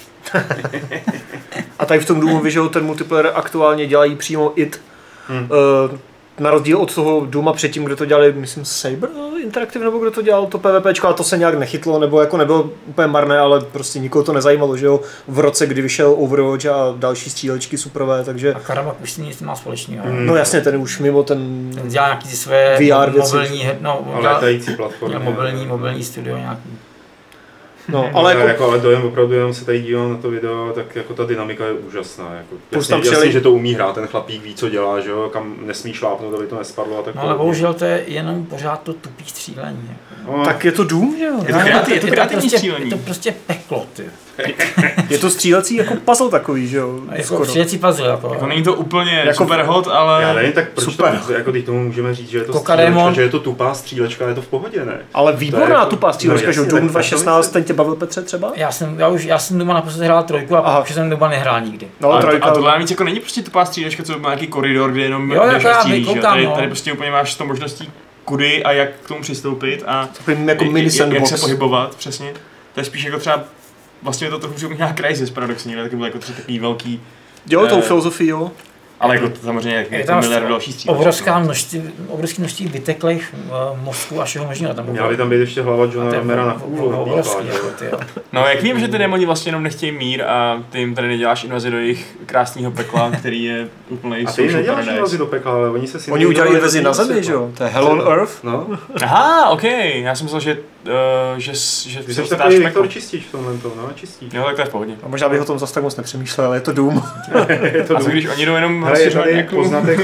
A tady v tom Doomovi, že ten multiplayer aktuálně dělají přímo IT. Na rozdíl od toho Dooma předtím, kde to dělali, myslím, Saber Interactive, nebo kdo to dělal to PvPčko, a to se nějak nechytlo, nebo jako nebylo úplně marné, ale prostě nikoho to nezajímalo, že jo, v roce, kdy vyšel Overwatch a další střílečky superové, takže... A Karamak už s tím nic má společného. No jasně, ten už mimo ten dělá nějaký své VR mobilní, létající platformy. Mobilní studio nějaký. No, ale dojem opravdu, jenom se tady dívám na to video, tak jako ta dynamika je úžasná. Jako, jasně, že to umí hrát, ten chlapík ví, co dělá, že jo, kam nesmí šlápnout, aby to nespadlo a tak. No, ale bohužel to je jenom pořád to tupý střílení. Jako. No, tak je to Doom, že jo? Je to kreativní střílení. Je to prostě peklo, ty. Je to střílecí jako puzzle takový, že jo? Jako střílecí puzzle, jako. Není to úplně jako super hot, ale já nevím, tak proč super. To, jako když tomu můžeme říct, že je to střílečka, že je to tupá střílečka, je to v pohodě, ne? Ale výborná jako, tupá střílečka, že Doom 2016, ten tě bavil, Petře, třeba? Já jsem doma naposledy hrál 3 a už jsem doma nehrál nikdy. No, a tohle navíc jako není prostě tupá střílečka, co má nějaký koridor, kde jenom jdeš a střílíš. Tady prostě úplně máš 100 možností kudy a jak k tomu přistoupit a jako jak se pohybovat, přesně. To je spíš jako třeba vlastně to trochu připomíná Crysis paradoxně, ale taky byl jako třeba takový velký. Jo, tou filozofii, jo. Ale jako samozřejmě je tam miliard další stříleček. Obrovské množství vyteklých mozků a všeho možného tam. Měla by tam být ještě hlava Johna Romera na kůlu. No jak vím, že ty démoni vlastně jenom nechtějí mír a ty jim tady neděláš invazi do jejich krásného pekla, který je úplný social paradise. A ty neděláš invazi do pekla, ale oni se Oni udělali invazi na zemi, že jo? To je Hell on Earth. No. Aha, OK. Já jsem myslel, že ty jsi takový Viktor Čistič v tomhle, no, čistíš. Jo, tak to je v pohodě. A možná bych o tom zase tak moc nepřemýšlel, ale je to Doom. A co když oni jdou jenom je tady poznatek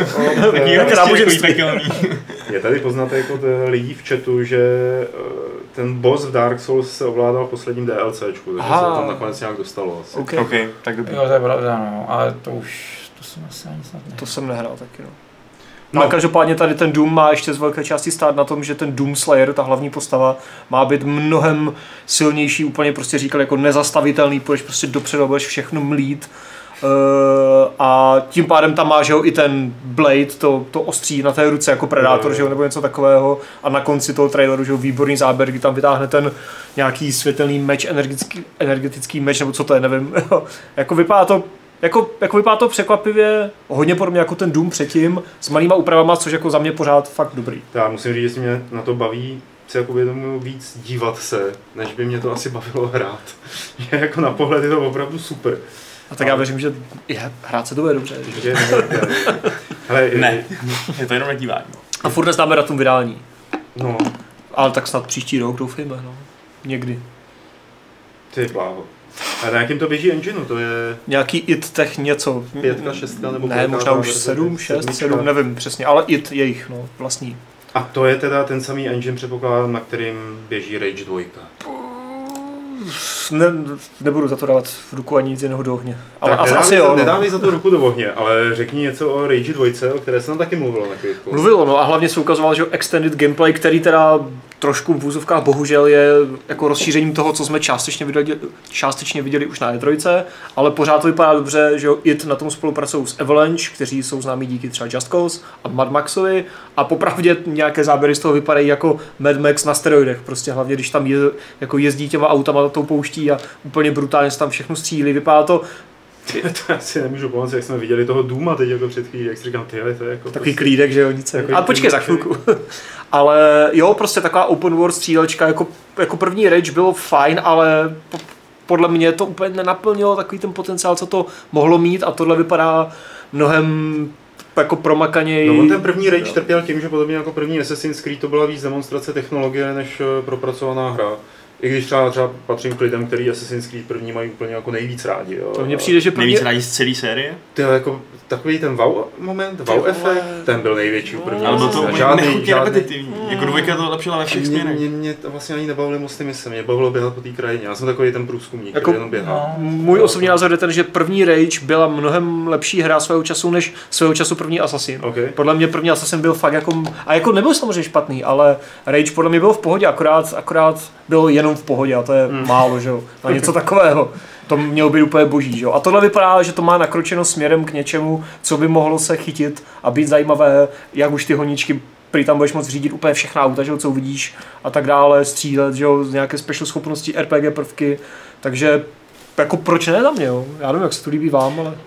je tady poznatek od lidí v chatu, že ten boss v Dark Souls se ovládal v posledním DLCčku, takže se tam nakonec nějak dostalo asi. Okay, tak dobrý. Jo, to je pravda, no, ale to jsem asi ani snad nehrál. To jsem nehrál taky, no. No. Ale každopádně tady ten Doom má ještě z velké části stát na tom, že ten Doom Slayer, ta hlavní postava, má být mnohem silnější, úplně prostě říkal jako nezastavitelný, půjdeš prostě dopředu, budeš všechno mlít. A tím pádem tam má, že jo, i ten blade, to ostří na té ruce jako Predator, že jo, nebo něco takového. A na konci toho traileru, že jo, výborný záběr, kdy tam vytáhne ten nějaký světelný meč, energetický meč, nebo co to je, nevím. Jako vypadá to překvapivě hodně podobně jako ten Doom předtím, s malýma úpravama, což jako za mě pořád fakt dobrý. Já musím říct, že mě na to baví si jako vědomuji víc dívat se, než by mě to asi bavilo hrát. Jako na pohled je to opravdu super. A tak já věřím, že hrát se to bude dobře. Ne, je to jenom na dívání. A furt neznáme datum vydání. No. Ale tak snad příští rok, doufejme, no. Někdy. Ty bláho. A na jakým to běží engineu? To je... Nějaký IT Tech něco. 5, 6 nebo... Ne, možná už 7, 6, 7, nevím přesně, ale IT jejich, no, vlastní. A to je teda ten samý engine, předpokládám, na kterým běží Rage 2. Nebudu za to dávat ruku ani nic jiného do ohně. Ale asi jo. Nedávej za to ruku do ohně, ale řekni něco o Rage 2, o které se tam taky mluvilo na chvíli. Mluvilo, no a hlavně se ukazovalo, že extended gameplay, který teda trošku v úzovkách bohužel je jako rozšířením toho, co jsme částečně viděli už na E3, ale pořád to vypadá dobře, že IT na tom spolupracují s Avalanche, kteří jsou známí díky třeba Just Cause a Mad Maxovi a popravdě nějaké záběry z toho vypadají jako Mad Max na steroidech, prostě hlavně když tam jako jezdí těma autama tou pouští a úplně brutálně se tam všechno střílí, vypadá to. To asi nemůžu pomoct, jak jsme viděli toho Dooma teď jako před chvílí, jak si říkám, tyhle, to je jako... Takový prostě klídek, že jo, nic. A počkej za chvilku. Ale jo, prostě taková open world střílečka, jako první Rage bylo fajn, ale podle mě to úplně nenaplnilo takový ten potenciál, co to mohlo mít a tohle vypadá mnohem jako promakaněji. No on ten první Rage trpěl tím, že podobně jako první Assassin's Creed to byla víc demonstrace technologie než propracovaná hra. I když třeba patřím k lidem, kteří Assassin's Creed první mají úplně jako nejvíc rádi. Jo. To mně přijde, že nejvíc rádi z celé série? To je jako takový ten wow moment, wow efekt, ten byl největší u první. Ale byl to úplně nechutně repetitivní. Jako dvojka to lepšila ve všech směrech. Mě to vlastně ani nebavilo moc ty mise, mě bavilo běhat po té krajině. Já jsem takový ten průzkumník, jako, který jenom běhal. Můj osobní názor je ten, že první Rage byla mnohem lepší hra svého času než svého času první Assassin. Okay. Podle mě první Assassin byl fakt jako, a jako nebyl samozřejmě špatný, ale Rage podle mě byl v pohodě, akorát byl jenom v pohodě a to je málo, že jo, a něco takového. To mělo být úplně boží, že jo. A tohle vypadá, že to má nakročeno směrem k něčemu, co by mohlo se chytit a být zajímavé, jak už ty honičky, prý tam budeš moct řídit úplně všechna auta, že jo, co uvidíš a tak dále, střílet, že jo, nějaké special schopnosti, RPG prvky, takže jako proč ne na mě, jo. Já nevím, jak se to líbí vám, ale...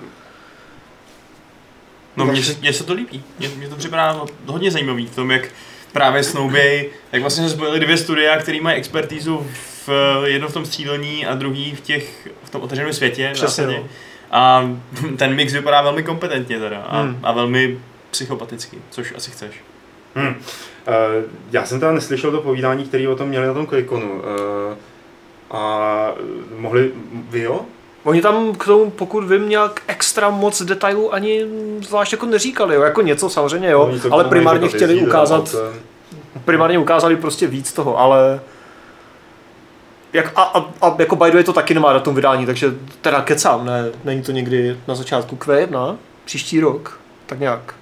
No mně se to líbí, mně to připadá hodně zajímavý v tom, jak právě Snowbay, jak vlastně se spojily dvě studia, které mají expertízu jedno v tom střílení a druhý v tom otevřeném světě. Přesně, no. A ten mix vypadá velmi kompetentně teda a velmi psychopaticky, což asi chceš. Já jsem teda neslyšel to povídání, které o tom měli na tom QuakeConu. A mohli vy jo? Oni tam k tomu, pokud vím, nějak extra moc detailů ani zvlášť jako neříkali, jo. Jako něco samozřejmě, jo, ale primárně chtěli ukázat, primárně ukázali prostě víc toho, ale a jako by the way to taky nemá datum vydání, takže teda kecám, ne, není to někdy na začátku Q1, příští rok, tak nějak.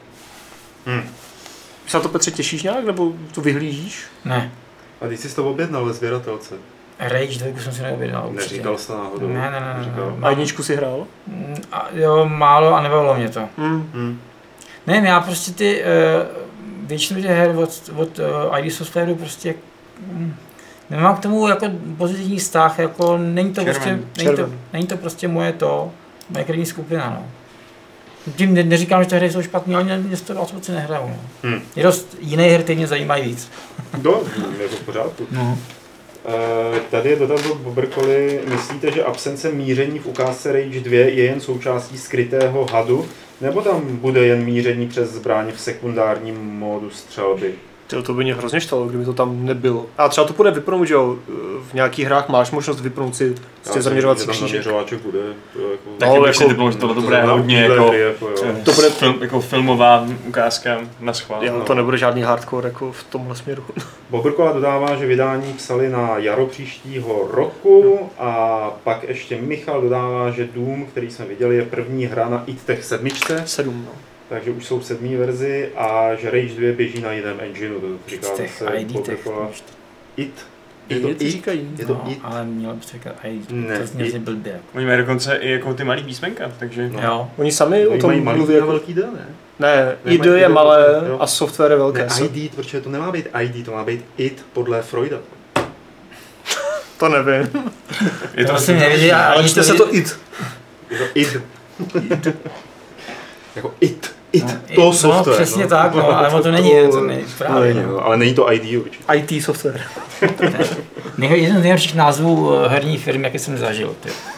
Se na to, Petře, těšíš nějak, nebo to vyhlížíš? Ne. A ty jsi to objednal ve sběratelce? Rage 2 jsem si neobjednal určitě. Neříkal jsi náhodou? Ne. A jedničku si hrál? Jo, málo a nebavilo mě to. Ne, já prostě ty většinu těch her od ID Softwareu prostě nemám k tomu jako pozitivní vztah, jako není to prostě moje krevní skupina, no. Tím neříkám, že ty hry jsou špatný, ale mě to moc nehraju, no. Je dost jiné hry, které mě zajímají víc. Jako v pořádku. No. Tady je dotaz od Boberkoli. Myslíte, že absence míření v ukázce Rage 2 je jen součástí skrytého hadu, nebo tam bude jen míření přes zbraň v sekundárním módu střelby? To by mě hrozně štvalo, kdyby to tam nebylo. A třeba to bude vypnout, že jo? V nějakých hrách máš možnost vypnout si zaměřovací křížek. Zaměřováček bude. Taky bych si typnul, že tohle bude hodně to bude jako filmová ukázka na schvál. Jo, to nebude žádný hardcore jako v tomhle směru. Bobrkola dodává, že vydání psali na jaro příštího roku a pak ještě Michal dodává, že Doom, který jsme viděli, je první hra na id-Tech 7. Takže už jsou v 7. verzi a že Rage 2 běží na jiném engineu, to říká zase Bobrkola. Je to IT. Ale mělo by se říkat IT, to zní blbě. Oni mají dokonce i jako ty malý písmenka, takže... Jo. Oni sami o tom mluví jako velký D, ne? Ne, ID je malé a software je velké. Ne, ID, protože to nemá být ID, to má být IT podle Freuda. To nevím. Je to asi nevěděl, ale čte se to IT. Je to ID. Jako IT. To software. No, přesně tak, no, ale to není právě. Ale není to ID určitě. IT software. Jeden z nejhorších názvů herních firm, jaké jsem zažil.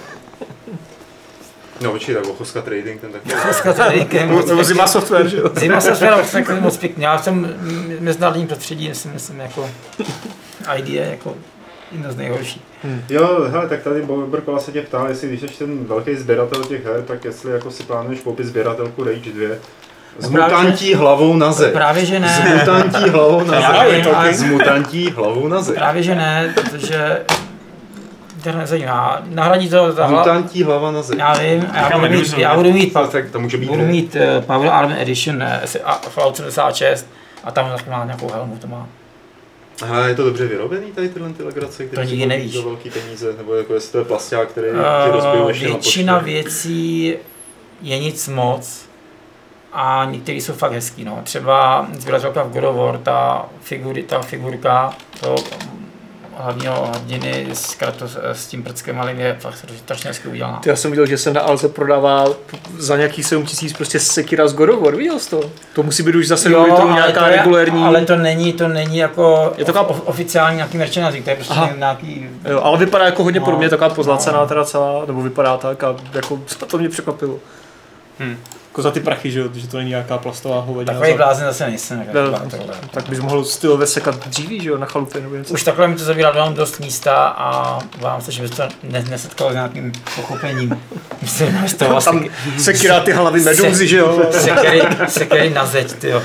No určitě, tak Ochoska Trading, ten taky. Ochoska Trading je moc pěkný. Zima Software, že jo? Zima Software je moc pěkný. Já v tom mezinárodním prostředí myslím jako ID je jako jedno z nejhorších. Jo, hele, tak tady Bobrkola se tě ptá, jestli když jsi ten velký sběratel těch her, tak jestli jako si plánuješ koupit sběratelku Rage 2 s mutantí hlavou na zeď. Právě že ne. S mutantí hlavou na zeď. S mutantí hlavou na zeď. Právě že ne, protože to nezajímá. Nahradí to ta mutantí hlava na zeď. Já vím, já budu mít Power Armor Edition Fallout 76 a tam má nějakou helmu, to má. Aha, je to dobře vyrobený tady tyhle legrace, které jsou za velký peníze, nebo jako jestli to je plasták, který ti rozbijou ještě na počkej? Většina věcí je nic moc a některé jsou fakt hezký, no. Třeba sběratelka v God of War, ta figurka, to hlavního hrdiny s tím prckem malým je fakt strašně hezky udělaná. Já jsem viděl, že se na Alze prodává za nějakých 7 000 prostě Sekira z God of War, viděl jsi to? To musí být už zase nějaká regulérní... Ale to není jako je taková oficiální nějaký merchandising, to je prostě nějaký... Jo, ale vypadá jako hodně podobně, taková pozlacená teda celá, nebo vypadá tak a jako to mě překvapilo. Jako za ty prachy, že to není nějaká plastová hovadina. Takový blázen zase nejsem. Tak bys mohl stylové sekat dříví, že jo, na chalupě nebo něco. Už takhle mi to zabírá dost místa a vám se, že bys to nesetkal s nějakým pochopením. Myslím, že to tam Sekira ty hlavy medúzy, že jo. Sekiry na zeď, tyjo.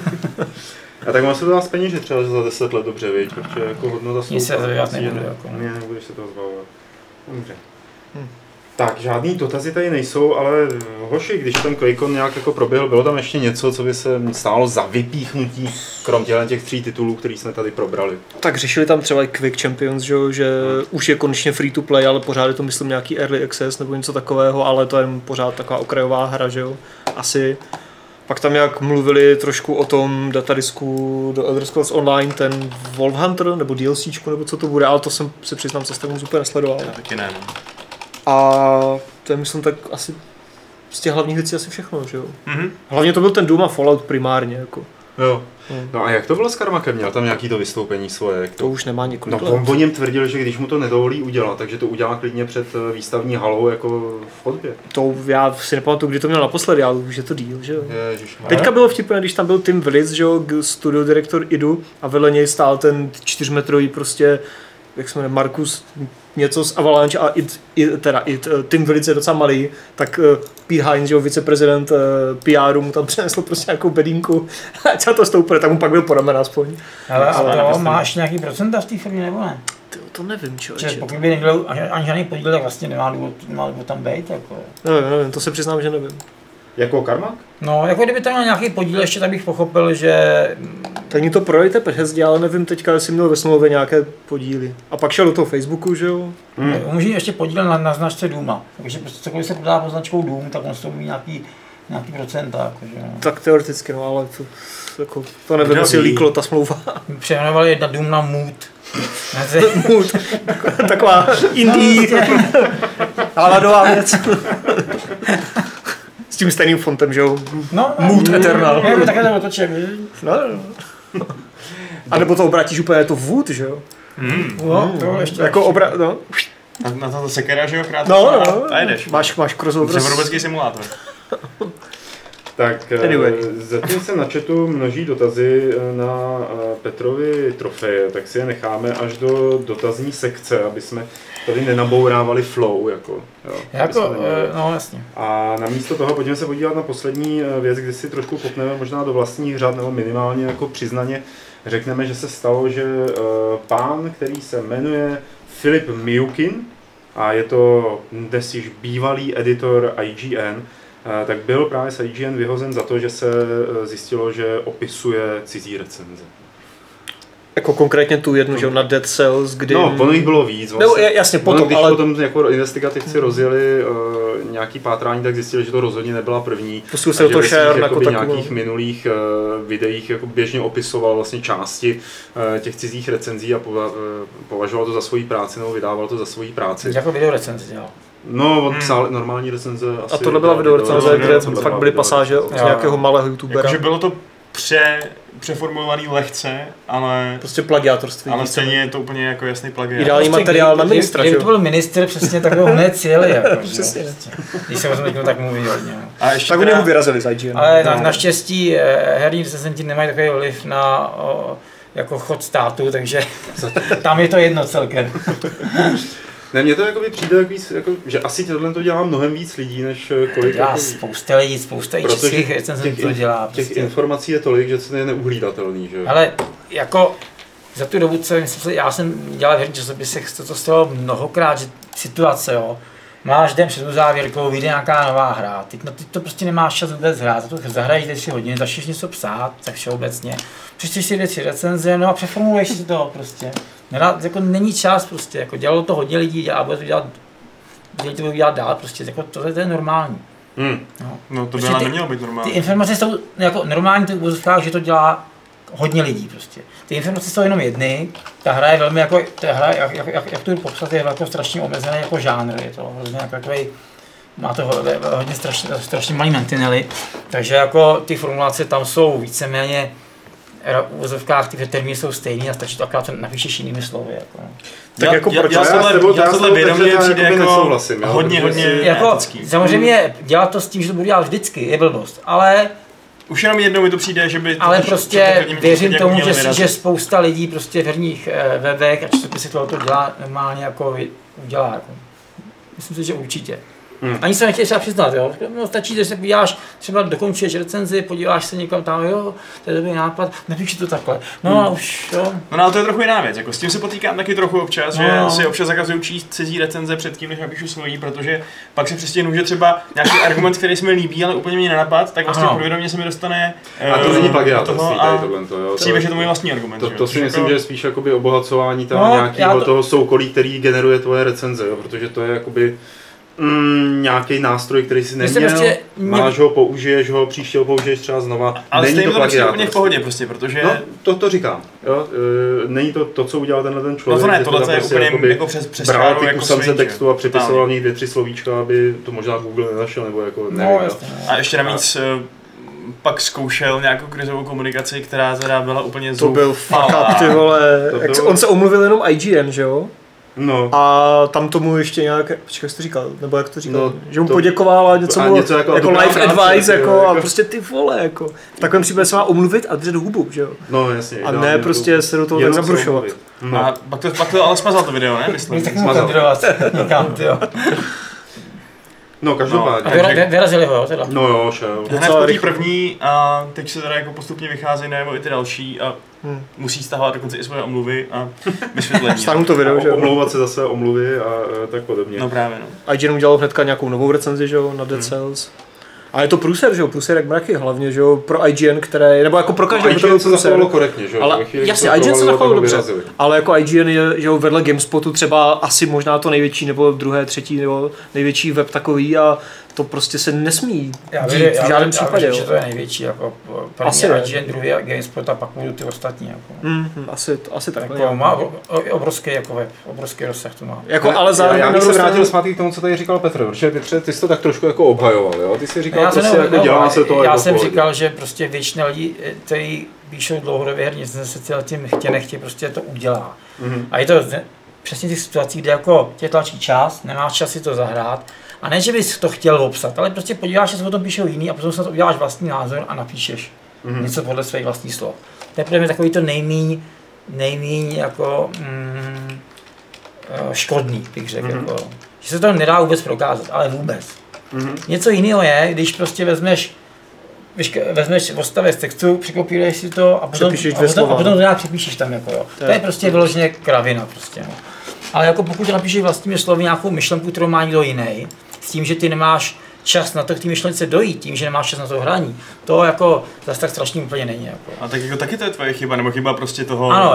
A tak mám se to dát peníže třeba za 10 let dobře, víš, protože jako hodnota stoupá. Nic se zabývat nebudu. Ne, nebudeš se toho zbavovat. Dobře. Tak, žádný dotazy tady nejsou, ale hoši, když ten QuakeCon nějak jako proběhl, bylo tam ještě něco, co by se stálo za vypíchnutí, krom těch 3 titulů, který jsme tady probrali? Tak řešili tam třeba i Quake Champions, že už je konečně free to play, ale pořád je to myslím nějaký early access nebo něco takového, ale to je pořád taková okrajová hra, že jo, asi. Pak tam jak mluvili trošku o tom datadisku do Elder Scrolls Online, ten Wolf Hunter nebo DLCčku nebo co to bude, ale to jsem se přiznám, se tak super nesledoval. Já taky ne. A to je myslím tak asi z těch hlavních věcí asi všechno, že jo. Hlavně to byl ten Doom a Fallout primárně, jako. Jo. No a jak to bylo s Karmakem? Měl tam nějaký to vystoupení svoje? To už nemá několik let. On o něm tvrdil, že když mu to nedovolí udělat, takže to udělá klidně před výstavní halou jako v chodbě. To já si nepamatuju, kdy to měl naposledy, ale už je to díl, že jo. Ježišmarja. Teďka bylo vtipné, když tam byl Tim Willis, že jo, studio direktor IDU a vedle něj stál ten 4metrový prostě jak se jmenuje, Markus něco z Avalanche a tým velice docela malý, tak Pete Hines, že viceprezident PR mu tam přinesl prostě nějakou bedínku a celé to stoupne, tak mu pak byl po ramena aspoň. Ale to máš nějaký procenta v té firmě nebo ne? To nevím, člověče. Pokud by nebyl ani žádný podíl, tak vlastně nemá důvod tam být. Jako. Nevím, to se přiznám, že nevím. Jako Karmak? No, jako kdyby tam měl nějaký podíl ještě, tak bych pochopil, že... Tak mi to prodejte peřezdě, ale nevím teďka, jestli měl ve smlouvě nějaké podíly. A pak šel do toho Facebooku, že jo? Může ještě podíl na značce Důma. Takže prostě cokoliv se prodá pod značkou Dům, tak on z toho mít nějaký procenta. Jakože, no. Tak teoreticky, no, ale to nevím, jestli líklo ta smlouva. Přejmenovali jedna Dům na Mood. Mood. Taková indie. Hladová věc. S tím stejným fontem, že jo? No, Mood Eternal. Já takhle to otočím. No. A nebo to obrátíš úplně, je to Wood, že jo? No, to ještě. Jako no. Na to sekera, že jo, krátce a jedeš. Máš crossover. Převodobecký simulátor. Tak zatím se na chatu množí dotazy na Petrovi trofeje, tak si je necháme až do dotazní sekce, aby jsme tady nenabourávali flow. No jasně. A namísto toho pojďme se podívat na poslední věc, kdy si trošku kopneme možná do vlastních řad, nebo minimálně jako přiznaně řekneme, že se stalo, že pán, který se jmenuje Filip Miukin, a je to dnes již bývalý editor IGN, tak byl právě z IGN vyhozen za to, že se zjistilo, že opisuje cizí recenze. Jako konkrétně tu jednu, že na Dead Cells, kdy... No, ono jich bylo víc. No, jasně, potom, když potom jako investigativci rozjeli nějaký pátrání, tak zjistili, že to rozhodně nebyla první. Pustil se to share jako nějakých minulých videích jako běžně opisoval vlastně části těch cizích recenzí a považoval to za svoji práci, nebo vydával to za svoji práci. Jako videorecenzi dělal. No, on psal normální recenze asi. A tohle byla videorecenze, kde fakt byly pasáže od nějakého malého youtubera. Jakože bylo to přeformulovaný lehce, ale... Prostě plagiátorství. Ale stejně je to úplně jako jasný plagiát. Ideální materiál na ministra, že jo? Kdyby to byl ministr, přesně tak ho hned sjeli. Jako, přesně. Když se vezme, tak mluví hodně. Tak oni ho vyrazili z IGN. Ale naštěstí herní recenzenti nemají takový vliv na jako chod státu, takže tam je to jedno celkem. Ne, mně to jakoby přijde tak víc, jako, že asi tohle to dělá mnohem víc lidí, než kolik... Dělá spousta lidí, spousta i českých recenzentů to dělá. Těch informací je tolik, že to je neuhlídatelný, že? Ale jako za tu dobu, já jsem dělal v herních časopisech, to stalo mnohokrát, že situace, jo. Máš den před uzávěrkou, vyjde nějaká nová hra, teď to prostě nemáš čas vůbec hrát, za to zahraješ 3 hodiny, začneš něco psát, tak všeobecně, přečteš si 2-3 recenze, no a přeformuluješ si to prostě. Jako není čas prostě, jako dělalo to hodně lidí a bude to dělat dál prostě, jako to je normální. No to by ale nemělo být normální. Ty informace jsou jako normální, to v že to dělá hodně lidí prostě. Ty informace jsou jenom jedny, ta hra je velmi jako, jak to popsat, je jako strašně omezený jako žánr, je to hrozně jako takový, má to hodně strašně malý mantinely, takže jako ty formulace tam jsou víceméně v uvozovkách ty termíny jsou stejný a stačí to akorát napíšeš jinými slovy. Jako. Tak jako proč? Já tohle vědomě přijde jako hodně jako, samozřejmě dělat to s tím, že to budu dělat vždycky, je blbost, ale už jenom jednou mi to přijde, že by... Ale prostě věřím tomu, že spousta lidí prostě v herních webech a časopisy to dělá normálně jako udělá. Jako. Myslím si, že určitě. Ani se nechtějí třeba přiznat, jo. No, stačí, že se podíváš, třeba dokončuješ recenzi, podíváš se někam tam, jo, to je dobrý nápad, nepíši to takhle. No a už, jo. No ale to je trochu jiná věc, jako s tím se potýkám taky trochu občas, že si občas zakazuju číst cizí recenze předtím, než napíšu svojí, protože pak se přestěhnu, že třeba nějaký argument, který se mi líbí, ale úplně mě nenapad, tak vlastně podvědomě se mi dostane. A to není plagiátorství tady tohle, jo. Přijde, že to můj vlastní argument. To si myslím, že je spíš jakoby obohacování tam nějakého toho soukolí, který generuje tvoje recenze, jo, protože to je jakoby nějaký nástroj, který si neměl, prostě máš ho, použiješ ho, příště ho použiješ třeba znova. Ale není to prostě úplně v pohodě prostě, protože... No, to říkám, jo, není to, co udělal ten člověk. No to ne, tohle je prostě úplně jako přes bral ty kusance textu a připisoval v nich 2-3 slovíčka, aby to možná Google nenašel, nebo jako nevím. A ještě navíc pak zkoušel nějakou krizovou komunikaci, která teda byla úplně To byl fuck up, ty vole. On se omluvil jenom IGN, že jo? No. A tam tomu ještě nějak, počkej, jak jsi to říkal, nebo jak to říkal, no, že mu poděkoval a něco mu jako life advice jako, a prostě ty vole, jako. V takovém případě se má omluvit a držet hubu, že jo. No jasně. A ne prostě se do toho tak zabrušovat. No. A pak to ale smazal to video, ne? Myslím. Tak mu kandidovat někam, jo. No, každopádně. A vyrazili ho, jo, teda? No jo, šel. Hned po té první a teď se teda jako postupně vycházejí nebo i ty další a musí stahovat dokonce i svoje omluvy a vysvětlení. Stáhnu to video, že jo? Omlouvat se za své omluvy a tak podobně. No právě, no. IGN udělal hnedka nějakou novou recenzi, že jo, na Dead Cells. A je to průser, že jo, průser jak mraky, hlavně, že jo, pro IGN, které, nebo jako pro každého IGN se zachovalo korektně, že jo. Ale jasně, IGN se zachovalo dobře, ale jako IGN je, že jo, vedle GameSpotu třeba asi možná to největší, nebo druhé, třetí, nebo největší web takový a to prostě se nesmí dít v žádném případě. Že to je největší, jako první IGN, druhý GameSpot a pak budou ty ostatní. Jako. Asi tak. Jako má obrovský jako web, obrovský rozsah to má. Jako, ale zároveň já bych se vrátil zpátky k tomu, co tady říkal Petr, protože Petře, ty jsi to tak trošku jako obhajoval, jo? Ty jsi říkal prostě, jako dělá se to. Já jsem říkal, že prostě většina lidí, kteří píšou dlouhodobě herní, se tím nechtě prostě to udělá. A je to přesně těch situací, kde jako tě tlačí čas, nemáš čas si to zahrát. A ne, že bys to chtěl obsat, ale prostě podíváš, že se o tom píšou jiný a potom se na to uděláš vlastní názor a napíšeš něco podle svých vlastních slov. To je pro mě takový to nejméně jako škodný, bych řekl. Jako, že se to nedá vůbec prokázat, ale vůbec. Něco jiného je, když prostě vezmeš odstavec textu, překopíruješ si to a potom to nějak přepíšeš tam. Jako, jo. To je prostě vyloženě kravina. Prostě, no. Ale jako pokud napíšeš vlastními slovy nějakou myšlenku, kterou má někdo jiný, s tím, že ty nemáš čas na to k té myšlence dojít, tím, že nemáš čas na to hraní, to jako zase tak strašně úplně není. Jako. A tak jako taky to je tvoje chyba, nebo chyba prostě toho, ano,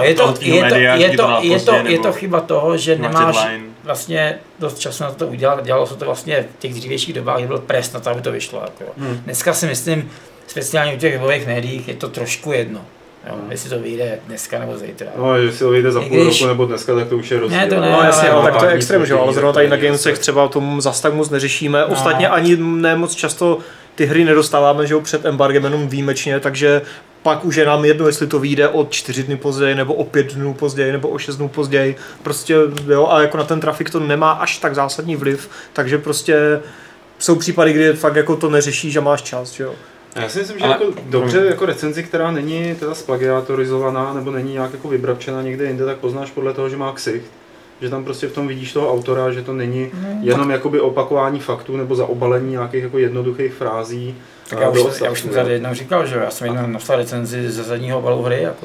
je to chyba toho, že nemáš vlastně dost času na to udělat, dělalo se to vlastně v těch dřívějších dobách, kdy byl pres na to, aby to vyšlo. Jako. Dneska si myslím, speciálně u těch webových médiích, je to trošku jedno. Jo, jestli to vyjde dneska nebo zítra. No, jestli to vyjde za půl roku nebo dneska, tak to už je rozdíl. Ne, to ne, no jasně, tak to je extrém, že jo, ale zrovna tady na Gamesech třeba tomu zas tak moc neřešíme. Ostatně ani ne moc často ty hry nedostáváme, že jo, před embargem jenom výjimečně, takže pak už je nám jedno, jestli to vyjde o 4 dny později, nebo o 5 dnů později, nebo o 6 dnů později. Prostě jo, a jako na ten trafik to nemá až tak zásadní vliv, takže prostě jsou případy, kdy fakt jako to neřešíš a máš čas, že jo. Já si myslím, že jako dobře jako recenzi, která není teda splagiatorizovaná nebo není nějak jako vybrabčena někde jinde, tak poznáš podle toho, že má ksicht. Že tam prostě v tom vidíš toho autora, že to není jenom jakoby opakování faktů nebo zaobalení nějakých jako jednoduchých frází. Tak já už jsem tady jednou říkal, že já jsem jednou napsal recenzi ze zadního obalu hry. Jako.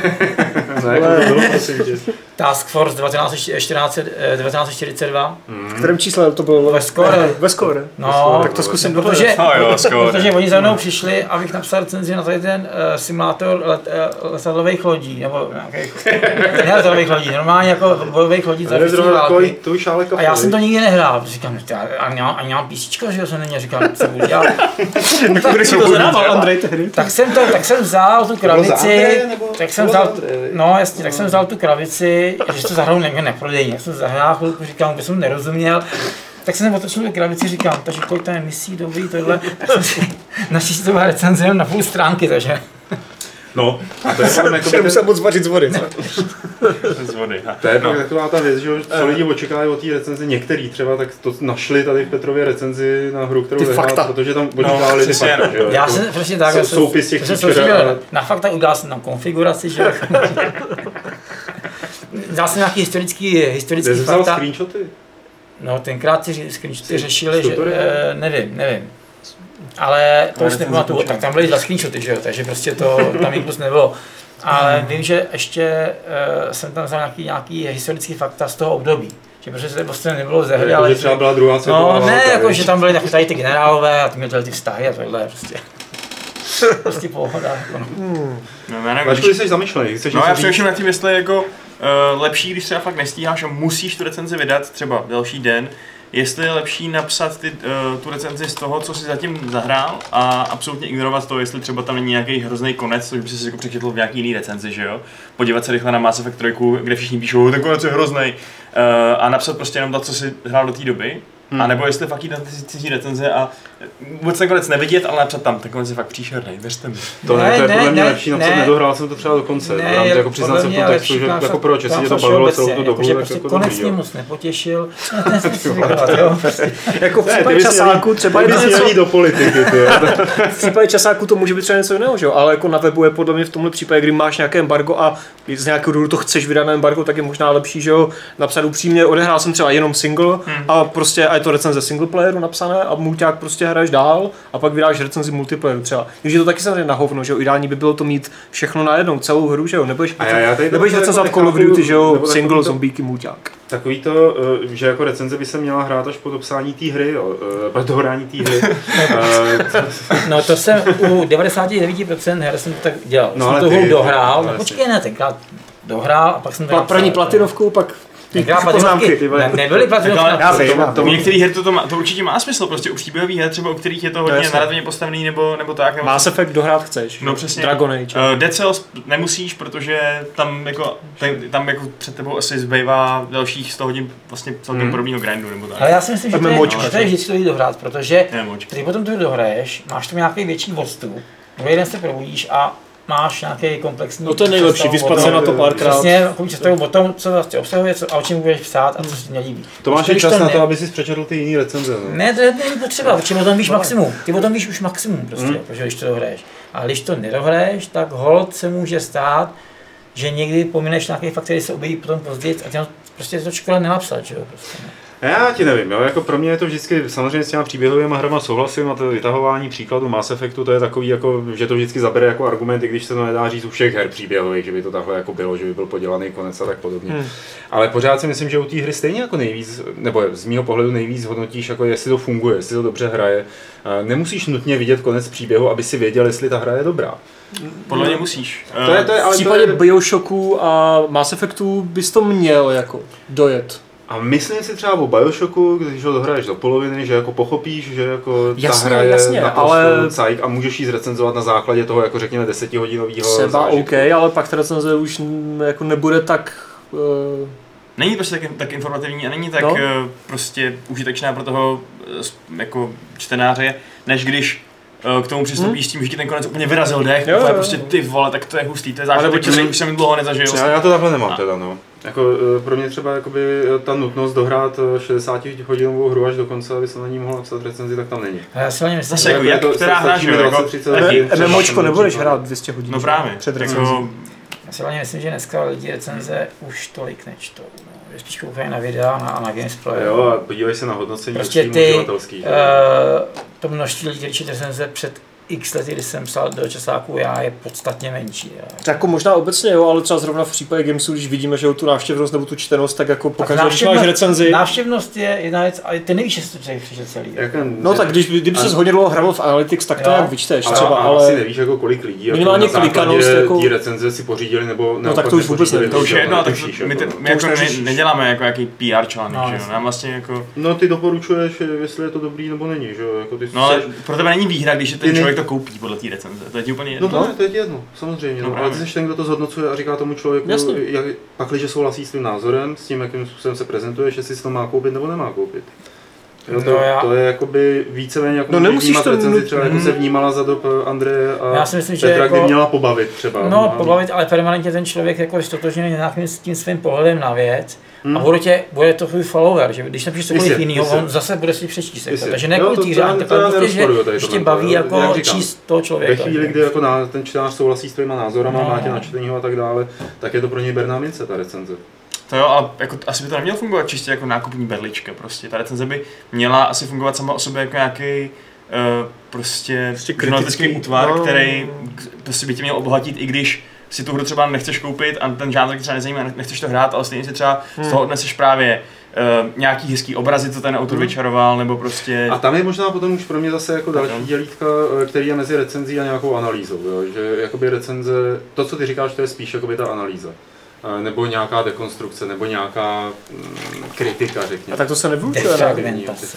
Task Force 1942. V kterém čísle to bylo? Ve Score. No, tak to zkusím protože oni za mnou přišli, abych napsal recenzi na tady ten simulátor letadlových lodí, nebo nějakých, ne letadlových lodí, normálně jako bojových lodí za války. A já jsem to nikdy nehrál. Říkám, a mám písíčko, že jsem neměl, říkal, co budu dělat. Kdo si to zadával, Andrej, tehdy? Tak jsem vzal tu krabici, tak jsem vzal tu krabici, že to zahrál neprodejně, jak jsem zahrál chvilku, říkám, že jsem nerozuměl, tak jsem otočil tu krabici, říkám, takže kolik tam je misí, dobrý, tohle, tak jsem si naštěstí to byla recenze jenom na půl stránky, takže. No, a to je potom jako... musel moc vařit z vody. Z vody. To je taková ta věc, že co lidi očekávají od té recenze, některý třeba tak to našli tady v Petrově recenzi na hru, kterou vyhrál, protože tam očekávali ty fakta, že jo? Já jsem přesně tak, soupis těch feature. Na fakta udělal jsem tam konfiguraci, že dal jsem nějaký historický fakta. Vzal screenshoty? No, tenkrát ty screenshoty řešili, že nevím. Ale to už nepamatuju, tak tam byly 2 screenshoty, že jo, takže prostě to tam nikdo nebylo. Ale vím, že ještě jsem tam vzal nějaký historický fakta z toho období. Že protože se to prostě nebylo ze hry, ale... třeba byla druhá světová válka. No ne, jako že tam byly tady ty generálové a ty měli ty vztahy a tohle prostě. Prostě pohoda. Jako. Vašku, jsi zamýšlený. No já především nad tím, jestli je jako lepší, když třeba fakt nestíháš a musíš tu recenzi vydat třeba další den, jestli je lepší napsat tu recenzi z toho, co jsi zatím zahrál a absolutně ignorovat to, jestli třeba tam není nějaký hrozný konec, což by si jako přečetl v nějaký jiný recenzi, že jo? Podívat se rychle na Mass Effect 3, kde všichni píšou, ten konec je hrozný, a napsat prostě jenom to, co jsi hrál do té doby. A nebo jestli fakt jít na ty cizí recenze a vůbec nakonec nevidět, ale napřed tam, tak je fakt příšerný, věřte mi. To je podle mě lepší napsat, nedohrál jsem to třeba do konce. Jako přiznat jsem v tom textu, že jako proč, jestli tě to bavilo celou tu dobu, tak jako konec mě moc nepotěšil. Jako v případě časáku třeba je něco do politiky. V případě časáku to může být třeba něco jiného, že jo? Ale jako na webu je podle mě v tomhle případě, kdy máš nějaké embargo a z nějakého důvodu to chceš vydat na embargo, tak je možná lepší, že jo? Napsat upřímně, odehrál jsem třeba jenom single a prostě a je to recenze single playeru napsané a mulťák prostě hraješ dál a pak vydáš recenzi multiplayeru třeba. Takže to taky samozřejmě na hovno, že jo? Ideální by bylo to mít všechno najednou, celou hru, že jo? Nebudeš recenzovat Call of Duty, že jo? Single, zombíky, mulťák. Takový to, že jako recenze by se měla hrát až po dopsání té hry, jo, po dohrání té hry. No to jsem u 99% her jsem to tak dělal. No, jsem to hru dohrál, no počkej, ne, tenkrát dohrál a pak jsem to první platinovku, pak poznámky, nebyly platinovky. U některých her to určitě má smysl, prostě u příběhových her, třeba u kterých je to hodně narrativně postavený nebo tak. Mass Effect dohrát chceš. No přesně. Dragon Age. Dead Cells nemusíš, protože tam jako před tebou asi zbývá dalších 100 hodin vlastně celkem podobného grindu nebo tak. Ale já si myslím, že to je vždycky to dohrát, protože ty potom to dohraješ, máš tam nějaký větší odstup, druhý den se probudíš a máš nějaký komplexní... No to je nejlepší, vyspat se na to párkrát. Přesně, představu o tom, co vlastně obsahuje, a o čem budeš psát a co si nelíbí. To máš i čas na to, aby si přečetl ty jiný recenze. Ne, to není potřeba, protože o tom víš maximum. Ty o tom víš už maximum prostě, protože když to dohraješ. A když to nedohraješ, tak holt se může stát, že někdy pomineš nějaký fakt, který se objeví potom později a ty prostě to škola nenapsat, že jo, prostě. Já ti nevím, jo, jako pro mě je to vždycky, samozřejmě s těma příběhovými hrama souhlasím a to vytahování příkladu Mass Effectu, to je takový, jako, že to vždycky zabere jako argument, i když se to nedá říct u všech her příběhových, že by to takhle jako bylo, že by byl podělaný konec a tak podobně. Ale pořád si myslím, že u té hry stejně jako nejvíc, nebo z mého pohledu nejvíc hodnotíš, jako jestli to funguje, jestli to dobře hraje. Nemusíš nutně vidět konec příběhu, aby si věděl, jestli ta hra je dobrá. Podle mě musíš. V případě Bioshocku a Mass Effectu bys to měl jako dojet. A myslím si třeba o Bioshocku, když ho dohraješ do poloviny, že jako pochopíš, že jako jasně, ta hra je naprosto ale cajk a můžeš jí zrecenzovat na základě toho, jako řekněme 10hodinového třeba zážitku. OK, ale pak ta recenze už jako nebude tak... Není prostě tak informativní a není tak prostě užitečná pro toho jako čtenáře, než když k tomu přistoupíš s tím, že ti ten konec úplně vyrazil dech, to je prostě ty vole, tak to je hustý, to je zážitek, který už jsem dlouho nezažil. Já to takhle nemám teda, no. Jako pro mě třeba jakoby ta nutnost dohrát 60hodinovou hru až do konce, aby se na ní mohl napsat recenzi, tak tam není. Já si ani myslím, zase jako jak která hra, že jako MMOčko nebudeš hrát 200 hodin. No právě. Před recenzí. Já si ani myslím, že dneska lidi recenze už tolik nečtou. Spíš koukají na videa a na Gamesplay. Jo, a podívej se na hodnocení prostě to množství lidí, kteří čte recenze před x lety, když jsem psal do časáku, je podstatně menší. Jako možná obecně jo, ale třeba zrovna v případě Gamesu, když vidíme, že tu návštěvnost nebo tu čtenost, tak jako pokaždé, když máš recenzi. Návštěvnost je jedna věc, ale ty nevíš, jestli to přečte celý. No tak kdyby se hodně dlouho hrál v Analytics, tak to jak vyčteš třeba, ale asi nevíš, jako kolik lidí minimálně klikanost jako ty recenze si pořídili nebo no tak to už vůbec nevím. To už je jedno, tak my jako neděláme jako jaký PR článek, že jo? Nám vlastně jako no ty doporučuješ, jestli je to dobrý nebo není, že jo? Jako ty no ale pro tebe není výhra, když ten člověk to koupí podle té recenze. To je ti úplně jedno. No to je jedno, samozřejmě. No, ale ty jsi ten, kdo to zhodnocuje a říká tomu člověku, pakliže souhlasí s tvým názorem, s tím, jakým způsobem se prezentuješ, jestli si to má koupit nebo nemá koupit. Jo, to je jakoby víceméně jako vnímat recenzi, třeba jako se vnímala za dob Andreje a Petra, kdy měla pobavit třeba. No, pobavit, ale permanentně ten člověk jako je stotožněný nějakým s tím svým pohledem na věc. A bude to tvůj follower, že když napíšeš cokoliv jiného, on zase bude si přečíst. Takže ne kvůli těch řádek, ale prostě, že tě baví jako číst toho člověka. Ve chvíli, kdy jako ten čtenář souhlasí s tvýma názorama, má tě načtenýho a tak dále, tak je to pro něj berná mince, ta recenze. To jo, ale jako, asi by to nemělo fungovat čistě jako nákupní berlička prostě. Ta recenze by měla asi fungovat sama o sobě jako nějaký prostě žurnalistický útvar, který prostě by tě měl obohatit, i když si tu hru třeba nechceš koupit a ten žánr třeba nezajímá, nechceš to hrát, ale stejně si třeba z toho odneseš právě nějaký hezký obrazy, co ten autor vyčaroval, nebo prostě... A tam je možná potom už pro mě zase jako další dělítka, který je mezi recenzí a nějakou analýzou, jo? Že jakoby recenze, to, co ty říkáš, to je spíš jakoby ta analýza. Nebo nějaká dekonstrukce, nebo nějaká kritika, řekněme. A tak to se nevyučuje. Defragmentace.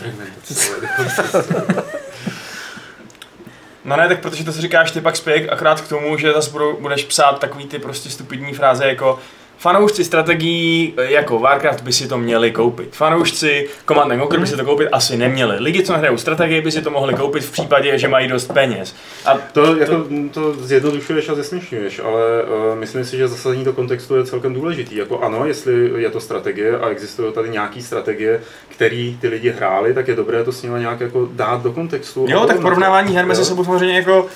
No ne, tak protože to, co říkáš ty, pak spěk akorát k tomu, že zase budeš psát takový ty prostě stupidní fráze jako fanoušci strategií jako Warcraft by si to měli koupit. Fanoušci Command & Conquer by si to koupit asi neměli. Lidi, co hrajou strategii, by si to mohli koupit v případě, že mají dost peněz. A to zjednodušuješ a zesměšňuješ, ale myslím si, že zasazení do kontextu je celkem důležitý. Jako ano, jestli je to strategie a existují tady nějaký strategie, které ty lidi hráli, tak je dobré to s nimi nějak jako dát do kontextu. Jo, tak porovnávání her mezi sebou samozřejmě jako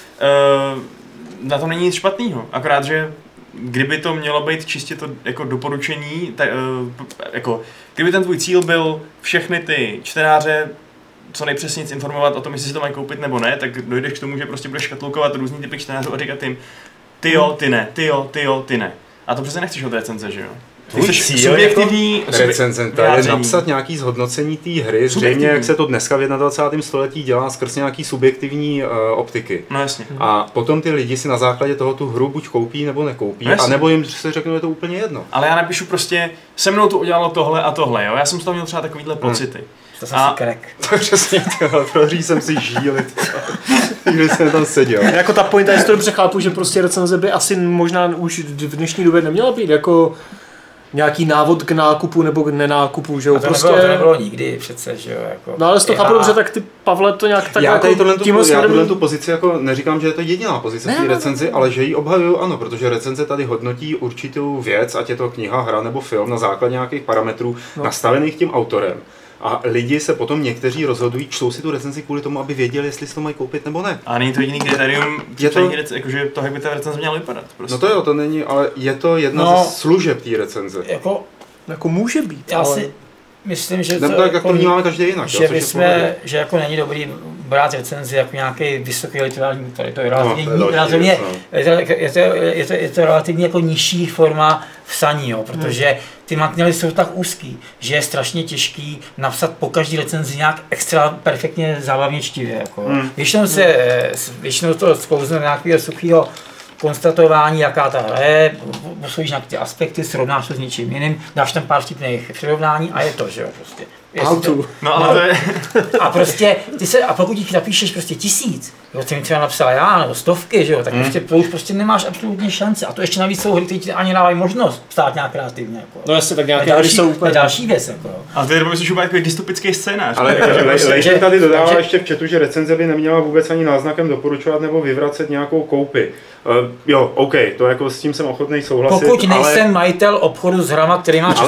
na tom není nic špatného. Akorát, že kdyby to mělo být čistě to jako doporučení, jako kdyby ten tvůj cíl byl všechny ty čtenáře co nejpřesněji informovat o tom, jestli si to mají koupit nebo ne, tak dojdeš k tomu, že prostě budeš škatulkovat různý typy čtenářů a říkat jim ty jo, ty ne, ty jo, ty jo, ty ne. A to přece nechceš od recenze, že jo? Tvůj cíl subjektivní recenzenta je napsat nějaký zhodnocení té hry, zřejmě jak se to dneska v 21. století dělá skrz nějaký subjektivní optiky. No jasně. A potom ty lidi si na základě toho tu hru buď koupí nebo nekoupí, no anebo jim se řeknou, je to úplně jedno. Ale já napíšu prostě, se mnou to udělalo tohle a tohle, jo? Já jsem z toho měl třeba takovýhle pocity. To jsem si krek. To přesně, prohří jsem si žíly, když jsem tam seděl. Jako ta pointa, jestli to dobře chápu, že prostě recenze by asi možná už v dnešní době neměla být jako nějaký návod k nákupu nebo k nenákupu, že jo? A to nebylo nikdy přece, že jo? Jako, no ale z toho chápu dobře, tak ty, Pavle, to nějak tak já jako já tu pozici jako neříkám, že je to jediná pozice v té recenzi, ale že ji obhajuju, ano, protože recenze tady hodnotí určitou věc, ať je to kniha, hra nebo film na základě nějakých parametrů nastavených tím autorem. A lidi se potom někteří rozhodují, čtou si tu recenzi kvůli tomu, aby věděli, jestli si to mají koupit nebo ne. A není to jediný kritérium, jakože to, jak by ta recenze měla vypadat. Prostě. No to jo, to není, ale je to jedna ze služeb té recenze. Jako může být, já si myslím, že to jako, to vnímáme každý jinak. Že jako není dobrý brát recenzi jako nějaký vysoký literární útvar. Je to relativně, je to relativně jako nižší forma psaní, jo, protože ty mantinely jsou tak úzký, že je strašně těžký napsat po každý recenzi nějak extra perfektně zábavně čtivě. Jako. Většinou to sklouzne do nějakého suchého konstatování, jaká ta hra je, posloužíš nějaké ty aspekty, srovnáš to s něčím jiným, dáš tam pár vtipných přirovnání a je to, že jo, prostě. No ale to je... A prostě, a pokud jich napíšeš prostě 1000, jo, ty mi třeba napsal já, nebo 100, že jo, tak prostě to už prostě nemáš absolutně šance. A to ještě navíc jsou hry, které ti ani dávají možnost stát nějak kreativně. Jako. No jasně, tak nějaké hry jsou úplně... další věc. Jako. A ty myslíš úplně jako dystopický scénář. Ale Lejšek tady dodává ještě v chatu, že recenze by neměla vůbec ani náznakem doporučovat nebo vyvracet nějakou koupi. Jo, OK, to jako s tím jsem ochotný souhlasit. Pokud nejsem majitel obchodu s hrama, který má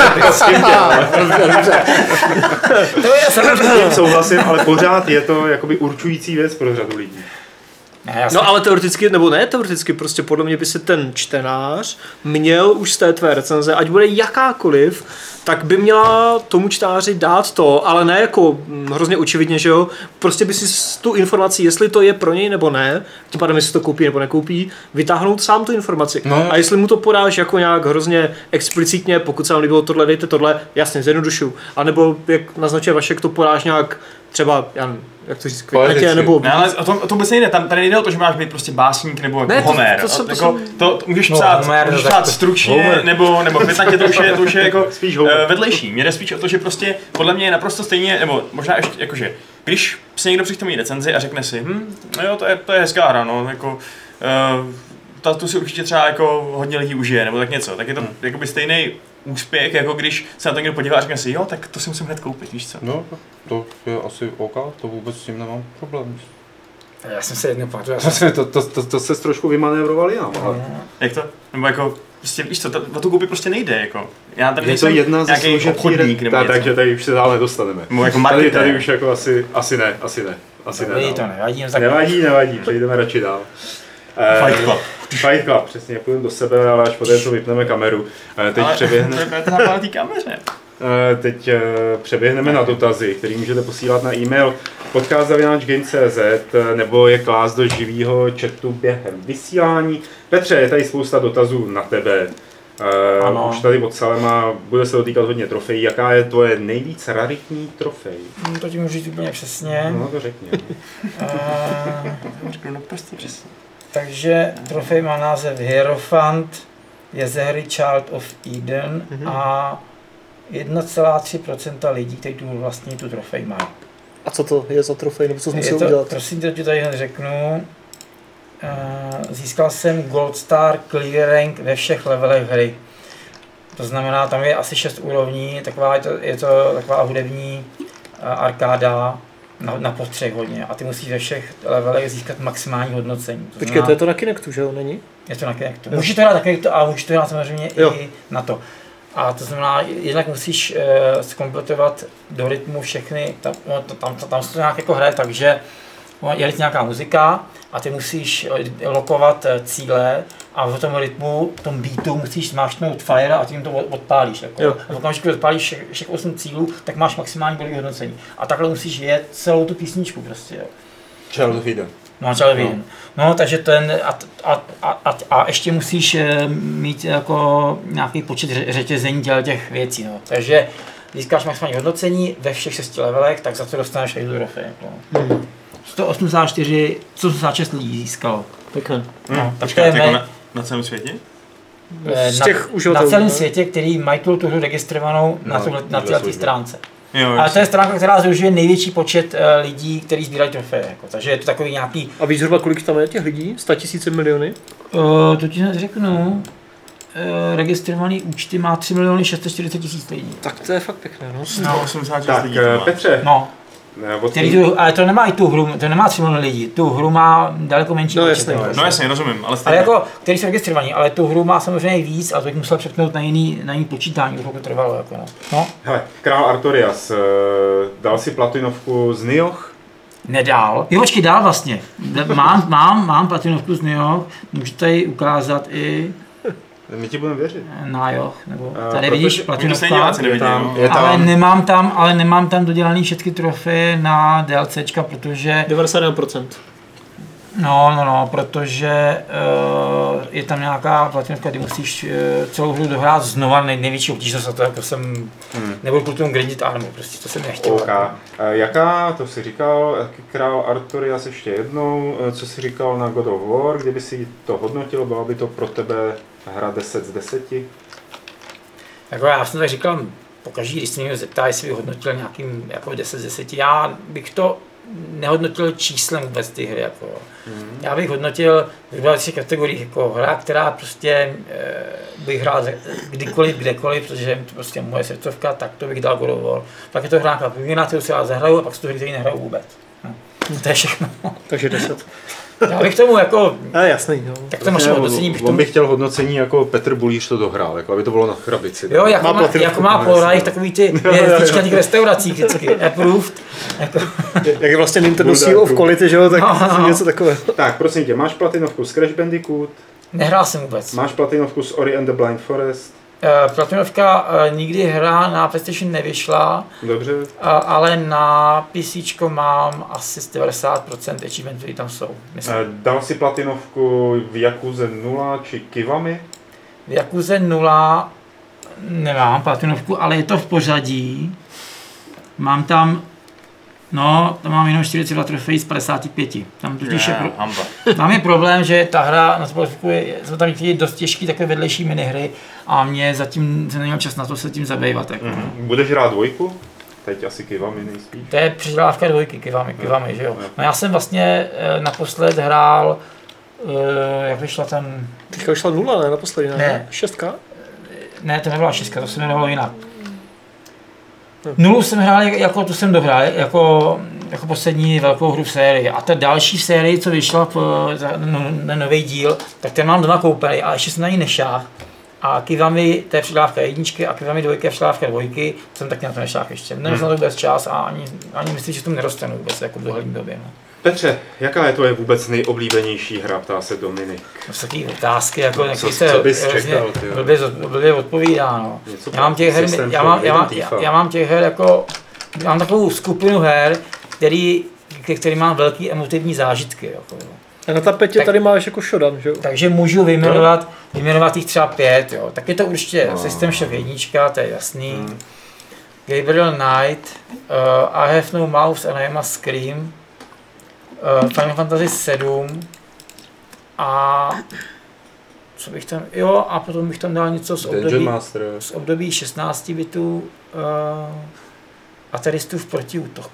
to je samozřejmě souhlasím, ale pořád je to jakoby určující věc pro řadu lidí. No ale teoreticky, nebo ne teoreticky, prostě podle mě by se ten čtenář měl už z té tvé recenze, ať bude jakákoliv, tak by měla tomu čtenáři dát to, ale ne jako hrozně očividně, že jo, prostě by si tu informaci, jestli to je pro něj nebo ne, tím pádem jestli to koupí nebo nekoupí, vytáhnout sám tu informaci. No. A jestli mu to podáš jako nějak hrozně explicitně, pokud se vám líbilo tohle, dejte tohle, jasně, zjednodušuju. A nebo jak naznačuje Vašek, to podáš nějak třeba, já nevím, jak to říct, květnatě, nebo... Ne, ale o tom vůbec nejde, tady nejde o to, že máš být prostě básník nebo jako Homer. To můžeš psát stručně, nebo květnatě, to už je jako vedlejší. Mně jde spíš o to, že prostě podle mě je naprosto stejně, nebo možná ještě jakože, když se někdo přijde mít recenzi a řekne si, no jo, to je hezká hra, no, jako, tu si určitě třeba jako hodně lidí užije, nebo tak něco, tak je to jakoby stejný úspěch, jako když se na to někdo podívá a řekne si, jo, tak to si musím hned koupit, víš co? No, to je asi OK, to vůbec s tím nemám problém. Já jsem se jednou pamatuju. To se trošku vymanévroval jinam, ale... Jak to? Nebo jako, prostě, víš co, o tu koupi prostě nejde, jako. Já tady je to jedna ze služeb obchodník, nebo něco. Takže tady už se dál nedostaneme. Jako tady už jako asi ne. To nevadí. Nevadí, přejdeme radši dál. Fight Club, přesně, půjdeme do sebe, ale až poté, co vypneme kameru. Teď přeběhneme na dotazy, které můžete posílat na e-mail podcast@game.cz nebo je klást do živého chatu během vysílání. Petře, je tady spousta dotazů na tebe. Už tady od Salema bude se dotýkat hodně trofejí. Jaká je tvoje nejvíc raritní trofej? To ti můžu říct úplně přesně. No to řekni. Řeknu naprosto přesně. Takže trofej má název Hierophant, je ze hry Child of Eden a 1,3% lidí, kteří tu vlastně tu trofej mají. A co to je za trofej, nebo co jsi musel udělat? Prosím, to ti tady hned řeknu. Získal jsem Gold Star Clear Rank ve všech levelech hry. To znamená, tam je asi 6 úrovní, je to taková hudební arkáda na postřeh hodně a ty musíš ve všech levelech získat maximální hodnocení. Počkej, to je to na Kinectu, že jo, není? Je to na Kinectu. Můžeš to hrát na Kinectu a můžeš to hrát samozřejmě i na to. A to znamená, jednak musíš zkompletovat do rytmu všechny, tam se to nějak jako hraje, takže je nějaká muzika a ty musíš lokovat cíle a v tom rytmu, v tom beatu musíš smáčknout fire a tím to odpálíš. Jako. A v okamžiku, když odpálíš všech 8 cílů, tak máš maximální bodové hodnocení. A takhle musíš jet celou tu písničku prostě. Jo. Child of Eden. No, Child of Eden. No, takže ten a ještě musíš mít jako nějaký počet řetězení těch věcí. No. Takže získáš maximální hodnocení ve všech 6 levelech, tak za to dostaneš i trofy. Jako. 186 lidí získalo. Pěkně. No, počkej, jako na celém světě? Na celém světě, který mají tu hru registrovanou na této stránce. Jo, ale to je stránka, která združuje největší počet lidí, kteří sbírají trofeje. Jako. Takže je to takový nějaký... A víš zhruba, kolik tam je těch lidí? 100 000 miliony? To ti neřeknu. Registrovaný účty má 3 640 000 lidí. Tak to je fakt pěkné, no. 186 lidí. Petře. No. Ale to nemá i tu hru, to nemá 3 miliony lidí, tu hru má daleko menší počet. No jasně, rozumím, ale stejně. Ale jako, který jsou registrovaní, ale tu hru má samozřejmě víc a to bych musel přepnout na jiný počítání, to trvalo jako no. Hele, Král Artorias, dal si platinovku z Nioh? Nedal. Jo, počkej, dál vlastně. Mám platinovku z Nioh, můžu tady ukázat i... My ti budeme věřit. Nájoh, nebo tady vidíš platinovka, ale nemám tam dodělaný všechny trofeje na DLCčka, protože... 91%. No, protože je tam nějaká platinovka, kdy musíš celou hru dohrát znova největší obtížnost a to jako jsem... Nebudu kvůli tomu grindit armu, prostě to jsem nechtěl. Okay. Jaká, to jsi říkal, jaký Král Artorias ještě jednou, co jsi říkal na God of War, kdyby si to hodnotil, byla by to pro tebe hra 10 z 10? Jako já jsem tak říkal, pokaždý, když se mě zeptá, jestli bych hodnotil nějakým jako 10 z 10, já bych to nehodnotil číslem vůbec ty hry. Jako. Já bych hodnotil v těch kategoriích jako hra, která prostě bych hrál kdykoliv, kdekoliv, protože je to prostě moje srdcovka, tak to bych dal God of War. Pak je to hra, kterou si já zahraju a pak jsou to hry, které nehraju vůbec. To je všechno. Takže 10. Já bych tomu jako... jasný, jo. Tak to máš hodnocení. On bych chtěl hodnocení jako Petr Bulíř to dohrál, jako aby to bylo na krabici. Jo, jako má Polrajch takový ty hvězdička těch restaurací, vždycky approved. Jako. Jak je vlastně Nintendo Seal of Quality, že jo, tak něco takové. Tak, prosím tě, máš platinovku z Crash Bandicoot? Nehrál jsem vůbec. Máš platinovku z Ori and the Blind Forest? Platinovka nikdy hra na PlayStation nevyšla. Dobře. Ale na PC mám asi 90% achievementů, které tam jsou. Dal si platinovku v Yakuze 0 či Kiwami? V Yakuze 0 nemám platinovku, ale je to v pořadí. Mám tam mám jenom 42 trofejí z 55. Tam totiž tam je problém, že ta hra na společku jsou tam dost těžké takové vedlejší minihry a mě zatím jsem neměl čas na to se tím zabývat. Jako. Budeš hrát 2? Teď asi Kiwami nejspíš. To je předělávka 2, Kiwami, že jo. No já jsem vlastně naposled hrál, jak vyšla tam... Teďka vyšla 0, ne? Naposledy, ne? 6? Ne, to nebyla 6, to se jmenovalo jinak. 0 jsem hrál, jako tu jsem dohrál, jako poslední velkou hru v sérii. A ta další série, co vyšla na nový díl, tak ten mám doma koupený, ale ještě jsem na ní nešáhl. A Kiwami, to je předávka 1 a Kiwami 2 je předávka 2, jsem taky na to nešáhl ještě. Neměl na to vůbec čas a ani myslím, že tomu nedostanu vůbec jako v dohledné době. No. Petře, jaká je tvoje vůbec nejoblíbenější hra, ptá se Dominik? To jsou takové otázky, jako co bys čekal, blbě odpovídá, no. Já mám těch her jako, mám takovou skupinu her, který mám velký emotivní zážitky. Jako, a na tapetě tady máš jako Shodan, že jo? Takže můžu vyjmenovat jich třeba 5, jo. Tak je to určitě System Shock 1, to je jasný. Gabriel Knight, I Have No Mouth and I Must Scream, Final Fantasy 7 a co bych tam, a potom bych tam dal něco z období 16 bitů Ateristův protiútok.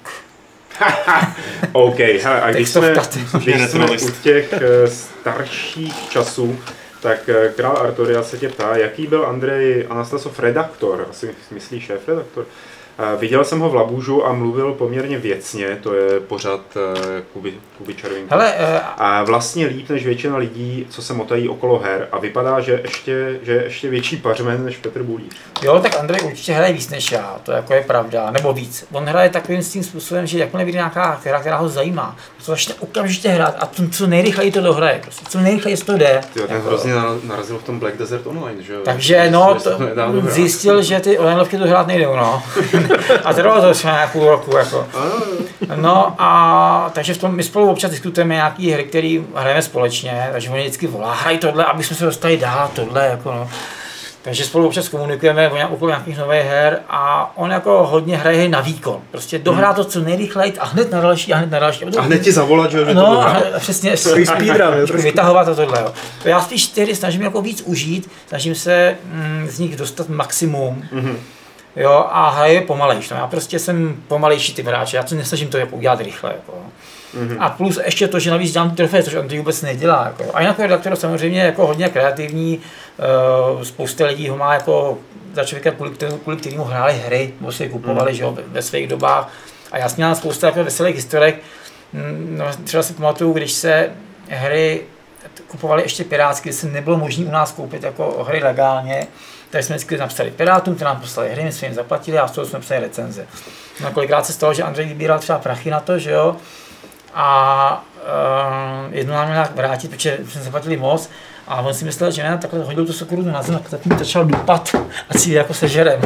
OK, hele, a když jsme u těch starších časů, Tak král Artoria se tě ptá, jaký byl Andrej Anastasov redaktor, asi myslíš šéf-redaktor? Viděl jsem ho v Labužu a mluvil poměrně věcně, to je pořad Kuby Červinky. A vlastně líp než většina lidí, co se motají okolo her a vypadá, že je ještě větší pařmen než Petr Bulíř. Jo, tak Andrej určitě hraje víc než já, to jako je pravda, nebo víc. On hraje takovým tím způsobem, že jakmile vyjde nějaká hra, která ho zajímá, to začne okamžitě hrát a co nejrychleji to dohraje, prostě. Co nejrychleji to jde. Tyjo, ten hrozně narazil v tom Black Desert Online, že jo? Takže no, zjistil, že ty onlineovky to hrát nejdou, no. A trvalo to třeba nějakou roku, jako. No a takže v tom my spolu občas diskutujeme nějaký hry, které hrajeme společně, takže oni vždycky volá, hraj tohle, aby jsme se dostali dál, tohle, jako no. Takže spolu občas komunikujeme okolo nějakých nových her a on jako hodně hraje na výkon. Prostě dohrá to co nejrychleji a hned na další a hned na další. A hned ti zavolat, že no, to dohrá. A přesně, vytahovat a tohle. Jo. Já spíš ty hry snažím jako víc užít, snažím se z nich dostat maximum. Jo, a hraje pomalejš. No, já prostě jsem pomalejší typ hráče, já to nesnažím to jako udělat rychle. Jako. A plus ještě to, že navíc dělám ty trofeje, což on to vůbec nedělá. Jako. A jinak redaktor samozřejmě jako hodně kreativní, spousta lidí ho má jako za člověka, kvůli kterému hráli hry, nebo si je kupovali že jo, ve svých dobách. A já jsem měl spousta jako veselých historek. No, třeba si pamatuju, když se hry kupovaly ještě pirátsky, kdy se nebylo možné u nás koupit jako hry legálně. Takže jsme vždycky napsali pirátům, kteří nám poslali hry, my jsme jim zaplatili a z toho jsme psali recenze. No kolikrát se stalo, že Andrej vybíral třeba prachy na to, že jo, a jednou nám měl vrátit, protože jsme zaplatili moc a on si myslel, že ne, takhle hodil tu sokoru na zem a tak mi začal dupat a cíl jako sežerem.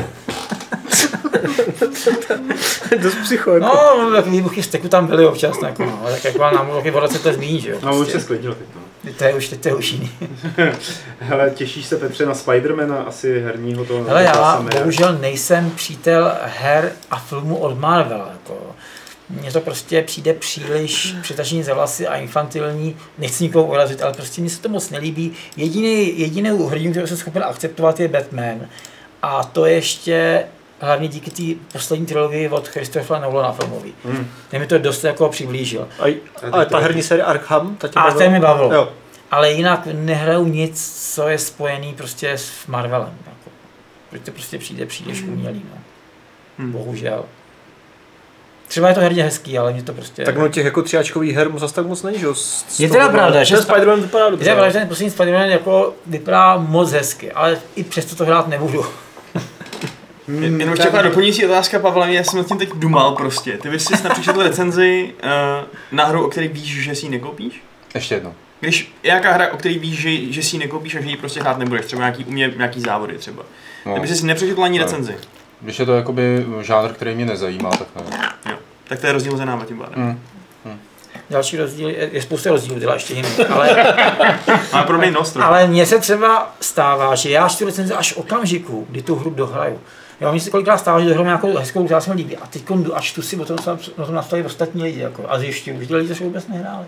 Dost psycho. No, takový výbuchy steku tam byly občas, jako, no, tak jako nám taky voda se to zmíní, že jo. No, už se sklidnilo teď, no. To je už jiný. Hele, těšíš se, Petře, na Spidermana, asi herního toho? Hele, já bohužel nejsem přítel her a filmů od Marvela, jako. Mně to prostě přijde příliš přitažení za vlasy a infantilní, nechci nikoho urazit, ale prostě mně se to moc nelíbí. Jedinou hrdinu, kterou jsem schopen akceptovat, je Batman. A to ještě hlavně díky té poslední trilogii od Christophera Nolana filmový. Ten mi to dost jako přiblížil. Ale ta herní série Arkham, ta tě bavila? A ten mi bavil. Jo. Ale jinak nehraju nic, co je spojený prostě s Marvelem. Jako. Protože to prostě přijde příliš umělý. No. Bohužel. Třeba je to herně hezký, ale mě to prostě... Tak no těch jako třiáčkových her zase tak moc není, že jo? Je teda pravda, že Spider-Man vypadá dobře. Je pravda, že ten poslední Spider-Man jako vypadá moc hezky, ale i přesto to hrát nebudu. Jenom ještě taková doplňující otázka, Pavle, já jsem nad tím teď dumal prostě. Ty bys si snad přečetl recenzi na hru, o které víš, že si ji nekoupíš? Ještě jedno. Když nějaká hra, o které víš, že si ji nekoupíš a že ji prostě hrát nebudeš, třeba nějaký závody třeba. No. Ty bys si nepřečetl ani recenzi. Když je to jakoby žánr, který mě nezajímá, tak ne. Jo. Tak to je rozdíl mezi náma tím pádem. Další rozdíl, je spousta rozdílů, dělá ještě jiný, ale... Máme podobný nos. Ale mně se třeba stává, že já čtu recenzi až v okamžiku, kdy tu hru dohraju. Jo, mně se kolikrát stává, že dohraju nějakou hezkou, která se mi líbí a teď jdu a čtu si o tom, co na tom nastavili ostatní lidi, jako, a zjišťuju, že ty lidi to vůbec nehráli.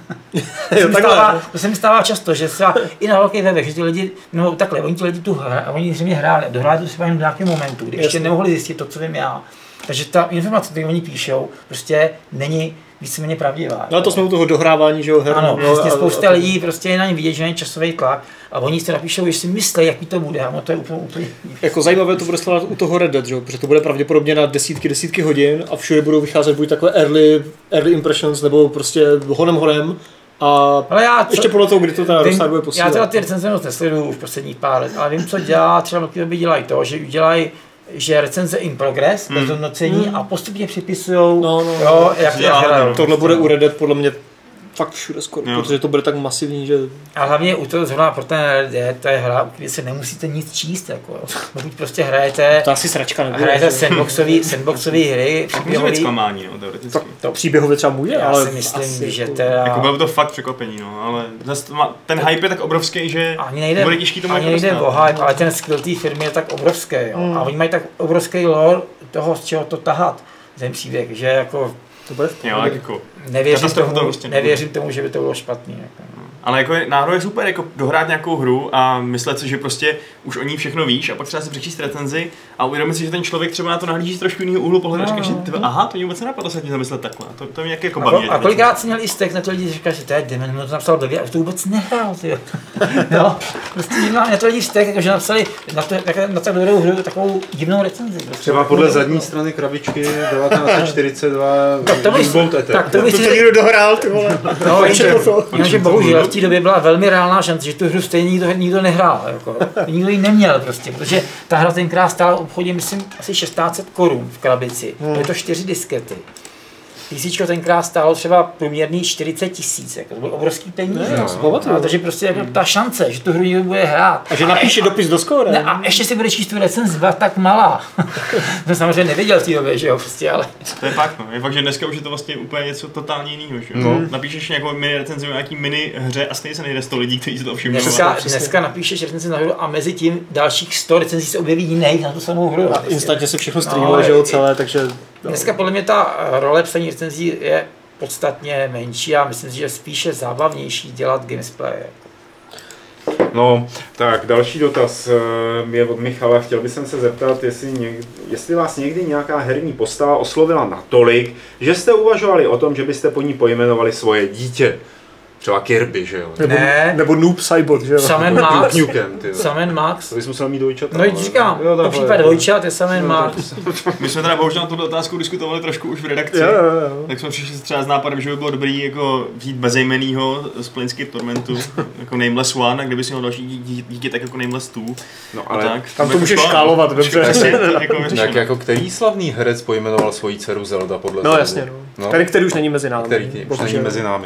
To se mi stává často, že třeba i na velkých webech, že ty lidi, no takhle, oni ti lidi tu oni zřejmě hráli, dohráli to třeba jen v nějakém momentu, kdy ještě nemohli zjistit to, co vím já. Takže ta informace, kterou oni píšou, prostě není víceméně pravdivá. No to jsme u toho dohrávání, že jo, her. Ano, vlastně spousta lidí prostě je na ně vidět, že není časový tlak a oni si napíšou, že si myslí, jaký to bude, a to je úplně. Jako zajímavé to bude stát u toho Red Dead, že jo, protože to bude pravděpodobně na desítky hodin a všude budou vycházet buď takové early impressions, nebo prostě honem. A ještě podle toho, kdy to ten rozsah bude posílat. Já teda ty recenze moc nesleduju už posledních pár let, ale vím, co dělá, třeba velké doby dělají to, že udělají recenze in progress, bez hodnocení a postupně připisují, jak hrajou. Tohle bude u Red Dead podle mě fakt všude skoro, protože to bude tak masivní, že... A hlavně u toho zrovna pro ten Red Dead, to je hra, kde se nemusíte nic číst, jako. Pokud prostě hrajete... To asi sračka nebude. Hrajete sandboxové hry, příběhový. To příběhově třeba může, já ale si myslím, že teda... Jako bylo to fakt překvapení, no, ale ten hype je tak obrovský, že bude těžký tomu ani nejde o hype, ale ten skill té firmy je tak obrovský, jo. A oni mají tak obrovský lore toho, z čeho to tahat, ten příběh, že jako... To bude jako nevěřím tomu, že by to bylo špatný. Jako. Ale jako náhodou je super jako dohrát nějakou hru a myslet si, že prostě už o ní všechno víš a pak třeba si přečíst recenzi a uvědomit si, že ten člověk třeba na to nahlíží z trošku jiného úhlu pohledu a říkáš si, aha, to mě vůbec nenapadlo se tím zamyslet takhle. To mě jako baví. A kolikrát jsi měl i stek na to lidi, říkáš si, to je demen, to napsal blbě a to vůbec nehrál, ty. No, prostě na to lidi stek, jakože napsali na tak dobrou hru takovou divnou recenzi. Třeba podle zadní strany krabičky 1942 tak to by si někdo dohrál, ty vole. No, že bohužel v té době byla velmi reálná šance, že tu hru stejně nikdo nehrál, jako. Nikdo ji neměl prostě, protože ta hra tenkrát stála v obchodě, myslím, asi 1600 korun v krabici. Byly to 4 diskety. PCčko tenkrát stálo třeba průměrný 40 000, jako to byl obrovský peníze. Takže prostě jako ta šance, že tu hru někdo bude hrát. A že napíše dopis do skóre. Ne, a ještě si bude číst tu recenzi, byla tak malá. To samozřejmě nevěděl v té době, že jo, prostě, ale... To je fakt, no. Je fakt, že dneska už je to vlastně úplně něco totálně jiného, že jo. Napíšeš nějakou mini recenzi o nějaký mini hře a stejně se nejde 100 lidí, kteří si to všimnou. Dneska napíšeš recenzi na hru a mezi tím dalších 100 recenzí se objeví jiných na tu samou hru. A instantně se všechno streamuje, že jo, celé, takže... Dneska podle mě ta role psaní recenzí je podstatně menší a myslím si, že spíše zábavnější dělat gamesplay. No, tak další dotaz je od Michala. Chtěl bych se zeptat, jestli vás někdy nějaká herní postava oslovila natolik, že jste uvažovali o tom, že byste po ní pojmenovali svoje dítě. Třeba Kirby, že jo? Nebo Noob Saibot, že jo? Sam & Max. To bys musel mít dvojčata. No říkám, to případ dvojčat je Sam & Max. My jsme teda bohužel na tuto otázku diskutovali trošku už v redakci. Jo. Tak jsme přišli třeba s nápadem, že by bylo dobrý jako vzít bezejmenýho z Planescape Tormentu, jako Nameless One, a kdyby si měl další dítě, tak jako Nameless 2. No ale tak, tam to můžeš škálovat, dobře. Tak jako který slavný herec pojmenoval svoji dceru Zelda podle No jasně, no. Který už není mezi námi. Který už není mezi námi.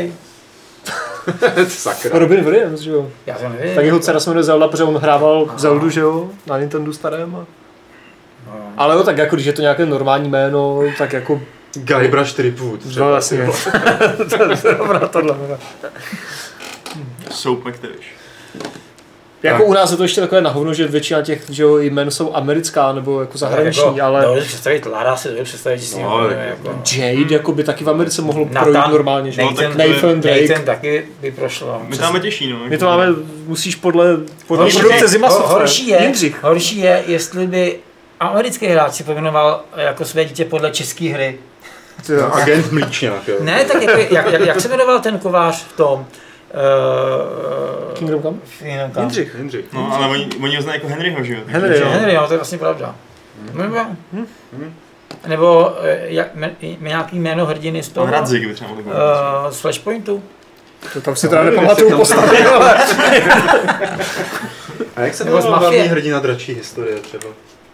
Sakra. Robin Williams, že jo? Já to nevím. Tak jeho dcera se jmenuje Zelda, protože on hrával Zeldu, že jo? Na Nintendo starém. Ale jo, tak jako když je to nějaké normální jméno, tak jako... Guybrush Threepwood. No jasně. To je dobrá tohle. Soap McTavish. Jako u nás je to ještě takové na hovno, že většina těch že jo, jmen jsou americká nebo jako zahraniční, jako, ale... Dovedu představit Lara, si dovedu představit, že si jako... Jade jako by taky v Americe mohlo projít normálně, že? Nathan Drake taky by prošlo. My to máme těžší, no. My to máme, musíš podle produkce Zima Software. Horší je, jestli by americký hráč si pojmenoval jako své dítě podle české hry. Agent Mlíčňák, jo. Ne, tak jako, jak se jmenoval ten kovář v tom? Kingdom Come? Jindřich. No, ale oni ho znají jako Henryho, že jo? Henry, no, to je vlastně pravda. Nebo nějaký jméno hrdiny z toho? Hradzik by třeba z Flashpointu. To tam si teda nepamatuju postavy, ale... A jak se jmenoval hlavní hrdina dračí historie třeba?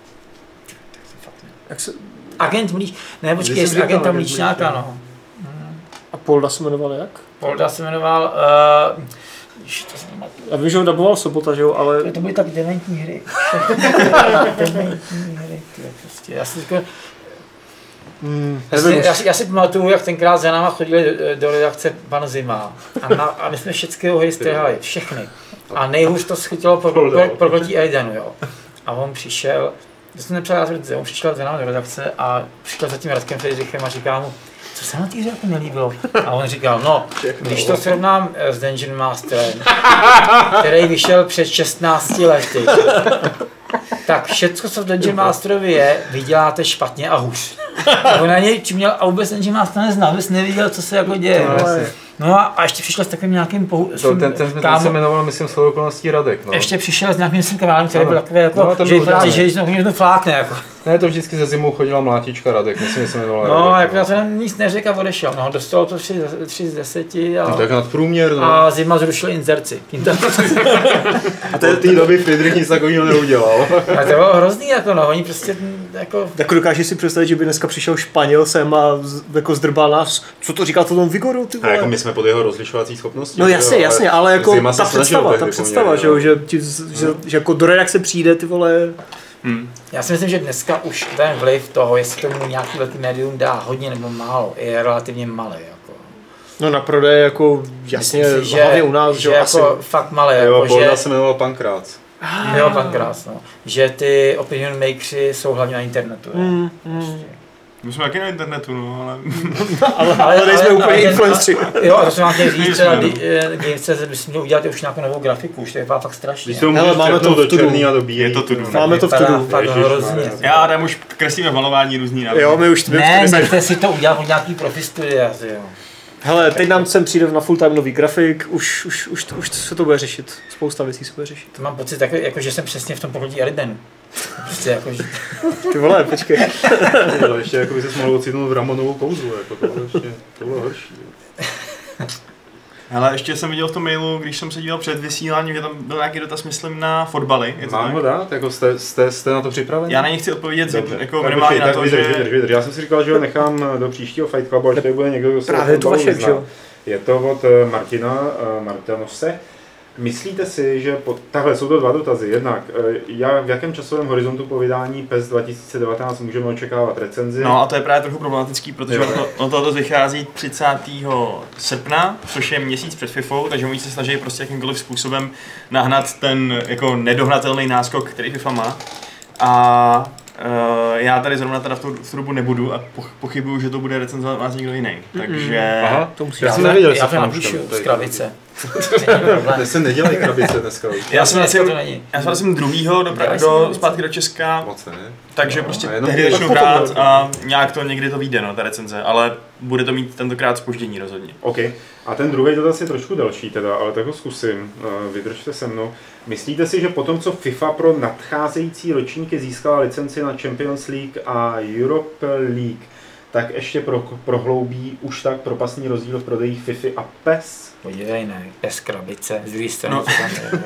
Agent Mlíč... Ne, počkej, jestli agenta Mlíčňáka, no. A Polda se jmenoval jak? Polda se jmenoval... Já vím, že ho daboval Sobota, že jo, ale... To byly tak dementní hry. Prostě. Já si pamatuju, jak tenkrát za náma chodili do redakce pan Zima. A my jsme všechny hry strhali, všechny. A nejhůř to schytilo prokletí Aidenu, jo. A on přišel, on přišel za náma do redakce a přišel za tím Radkem Friedrichem a říká mu, co se na té hře jako nelíbilo? A on říkal, no, když to srovnám s Dungeon Masterem, který vyšel před 16 lety, tak všecko, co v Dungeon Masterovi je, vyděláte špatně a hůř. On na něj čím měl a vůbec Dungeon Master neznal, vůbec neviděl, co se jako děje. No a ještě přišel s takovým nějakým ten se jmenoval, myslím, shodou okolností Radek. No. Ještě přišel s nějakým svým kamarádem, který byl takový jako, že to flákne jako. Ne, to vždycky ze Zimou chodila mlátička Radek, myslím, že se jmenoval No, Radek. Jako já jsem nic neřekl a odešel. No, dostalo to 3 z 10 a... No, tak nadprůměr, no. A Zima zrušil inzerci. A to od té doby Friedrich nic takového neudělal. A to bylo hrozný, jako no, oni prostě jako... Tak dokážeš si představit, že by dneska přišel Španěl sem a jako zdrbal nás, co to říká to tomu Vigoru, ty vole? A jako my jsme pod jeho rozlišovací schopností. No jasně, ale jako ta představa, že jako do redakce přijde, ty vole... Já si myslím, že dneska už ten vliv toho, jestli tomu nějaký velký médium dá hodně nebo málo, je relativně malý. Jako. No na prodej jako jasně, si, hlavně u nás, že jako asi... fakt malý. Jo, jako, Polda se jmenoval Pankrác. Jo, Pankrác, no. Že ty opinion makersi jsou hlavně na internetu. My jsme taky na internetu, no, ale nejsme úplně influenceri. Jo, a to jsem vám chtěl říct, třeba Game.cz bychom měli udělat už nějakou novou grafiku, už to je fakt strašně. Hele, máme to do černý a do bílý. Je to tu. Máme to v tudu. hrozně. Já tam už kreslíme malování různý návrhy. Jo, my už nechte si to udělat od nějaký profi studia, jo. Hele, teď nám sem přijde na full time nový grafik, už se to bude řešit, spousta věcí se bude řešit. To mám pocit, jako, že jsem přesně v tom pohodlí Eridenu. Prostě jako, že... Ty vole, počkej. Ještě jako by se mohl ocitnout v Ramonovou kouzlu, jako to bylo horší. Hele, ještě jsem viděl v tom mailu, když jsem se díval před vysíláním, že tam byl nějaký dotaz, myslím, na fotbaly. Mám ho dát? Jako jste na to připraveni? Já na ně chci odpovědět jako minimálně na to, vydrž. Já jsem si říkal, že ho nechám do příštího Fight Clubu, až tady bude někdo, kdo se právě to vaše, že jo? Je to od Martina Martinose. Myslíte si, že takhle jsou to dva dotazy. Jednak, v jakém časovém horizontu po vydání PES 2019 můžeme očekávat recenzi? No a to je právě trochu problematický, protože to vychází 30. srpna, což je měsíc před FIFou, takže oni se snaží prostě jakýmkoliv způsobem nahnat ten jako nedohnatelný náskok, který FIFA má. A já tady zrovna teda v tu dobu nebudu a pochybuju, že to bude recenzovat vás někdo jiný. Takže... Aha, to musíš. Já jsem nevěděl, já to napíšu z krabice. Dnes se nedělají krabice dneska. Já jsem druhýho zpátky do Česka, takže prostě tehdy začnu hrát a nějak to někdy to vyjde, no, ta recenze, ale bude to mít tentokrát zpoždění rozhodně. OK. A ten druhý dotaz je trošku delší teda, ale tak ho zkusím. Vydržte se mnou. Myslíte si, že potom, co FIFA pro nadcházející ročníky získala licenci na Champions League a Europa League, tak ještě prohloubí už tak propastný rozdíl v prodejích FIFA a PES? Podívej, ne, PES krabice, z druhé strany. No.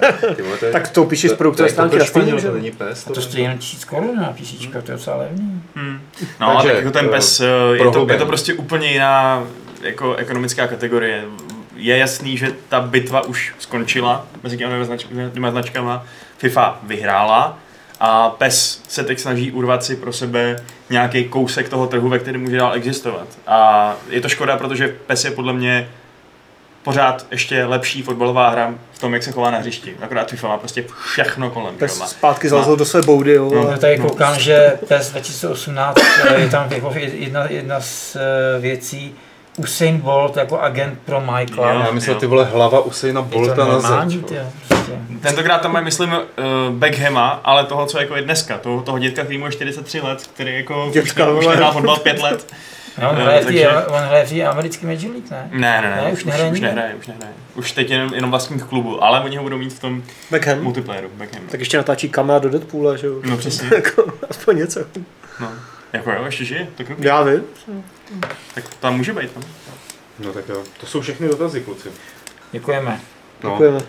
Tak to píšeš z produktové stránky na Steamu, že? To stojí jen 1000 korun na PC, to je docela levný. No, takže, tak jako ten PES, je to prostě úplně jiná jako ekonomická kategorie. Je jasný, že ta bitva už skončila mezi těmi značkama. FIFA vyhrála a PES se teď snaží urvat si pro sebe nějaký kousek toho trhu, ve kterém může dál existovat. A je to škoda, protože PES je podle mě pořád ještě lepší fotbalová hra v tom, jak se chová na hřišti. Akorát FIFA má prostě všechno kolem. PES zpátky zalezl do své boudy, jo. No, tady koukám, že PES 2018 je tam jedna z věcí, Usain Bolt jako agent pro Michaela. Já myslel, ty vole, hlava Usaina Bolta na zeď. Prostě. Tentokrát tam mají, myslím, Beckhama, ale toho, co jako je dneska. Toho dětka, který mu je 43 let, který jako už nehrál fotbal 5 let. No, on hraje v americký Major League, ne? Ne, už nehraje. Už teď jenom vlastních klubu, ale oni ho budou mít v tom multiplayeru. Beckham. Tak ještě natáčí kamera do Deadpoola, že jo? No přesně. Aspoň něco. No, jako jo, ještě žije? Tak já vím. Tak tam může být, no. No tak jo, to jsou všechny dotazy, kluci. Děkujeme. No. Děkujeme.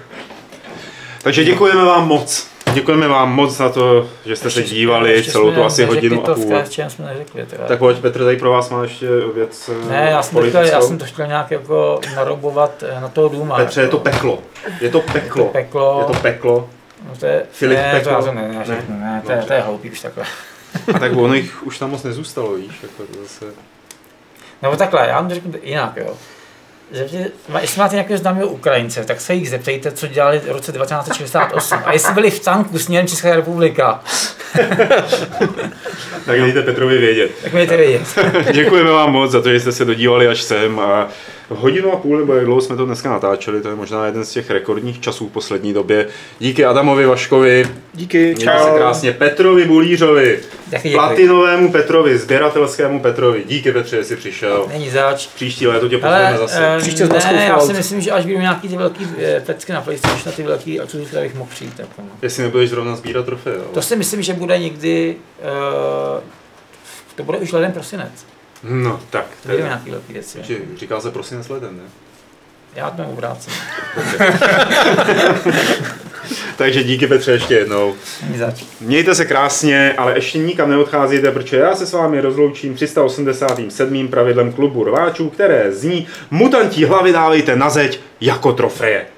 Takže děkujeme vám moc. Děkujeme vám moc za to, že jste se dívali celou tu asi hodinu a půl. Jsme neřekli, tak pojď, Petr, tady pro vás má ještě věc. Ne, já jsem to chtěl nějak jako narobovat na toho Duma. Petře, je to peklo. Je to peklo. No to je, Filip Peklo. To je hloupý už takhle. A tak ono jich už tam moc nezůstalo, víš, jako to zase. Nebo takhle, já vám to řeknu jinak, jo. Jestli máte nějakého známého Ukrajince, tak se jich zeptejte, co dělali v roce 1968. A jestli byli v tanku směrem Česká republika. Tak dejte Petrovi vědět. Tak mějte vědět. Děkujeme vám moc za to, že jste se dodívali až sem. A hodinu a půl, nebo jak dlouho jsme to dneska natáčeli, to je možná jeden z těch rekordních časů v poslední době. Díky Adamovi Vaškovi. Díky, čau. Se krásně Petrovi Bulířovi. Platinovému Petrovi, sběratelskému Petrovi. Díky, Petře, že jsi přišel. Není zač. Příští léto tě pozveme zase. Ne, já si myslím, že až budou nějaký ty velký pecky na PlayStation, na ty velký, a co bych mohl přijít. Tak, no. Jestli nebudeš zrovna sbírat trofeje. To si myslím, že bude někdy, to bude už leden, prosinec. No, tak. To budeme nějaký velký věci. Říká se prosinec leden, ne? Já to obrácím. Takže díky, Petře, ještě jednou. Mějte se krásně, ale ještě nikam neodcházíte, protože já se s vámi rozloučím 387. pravidlem klubu rváčů, které zní: mutanti hlavy dávejte na zeď jako trofeje.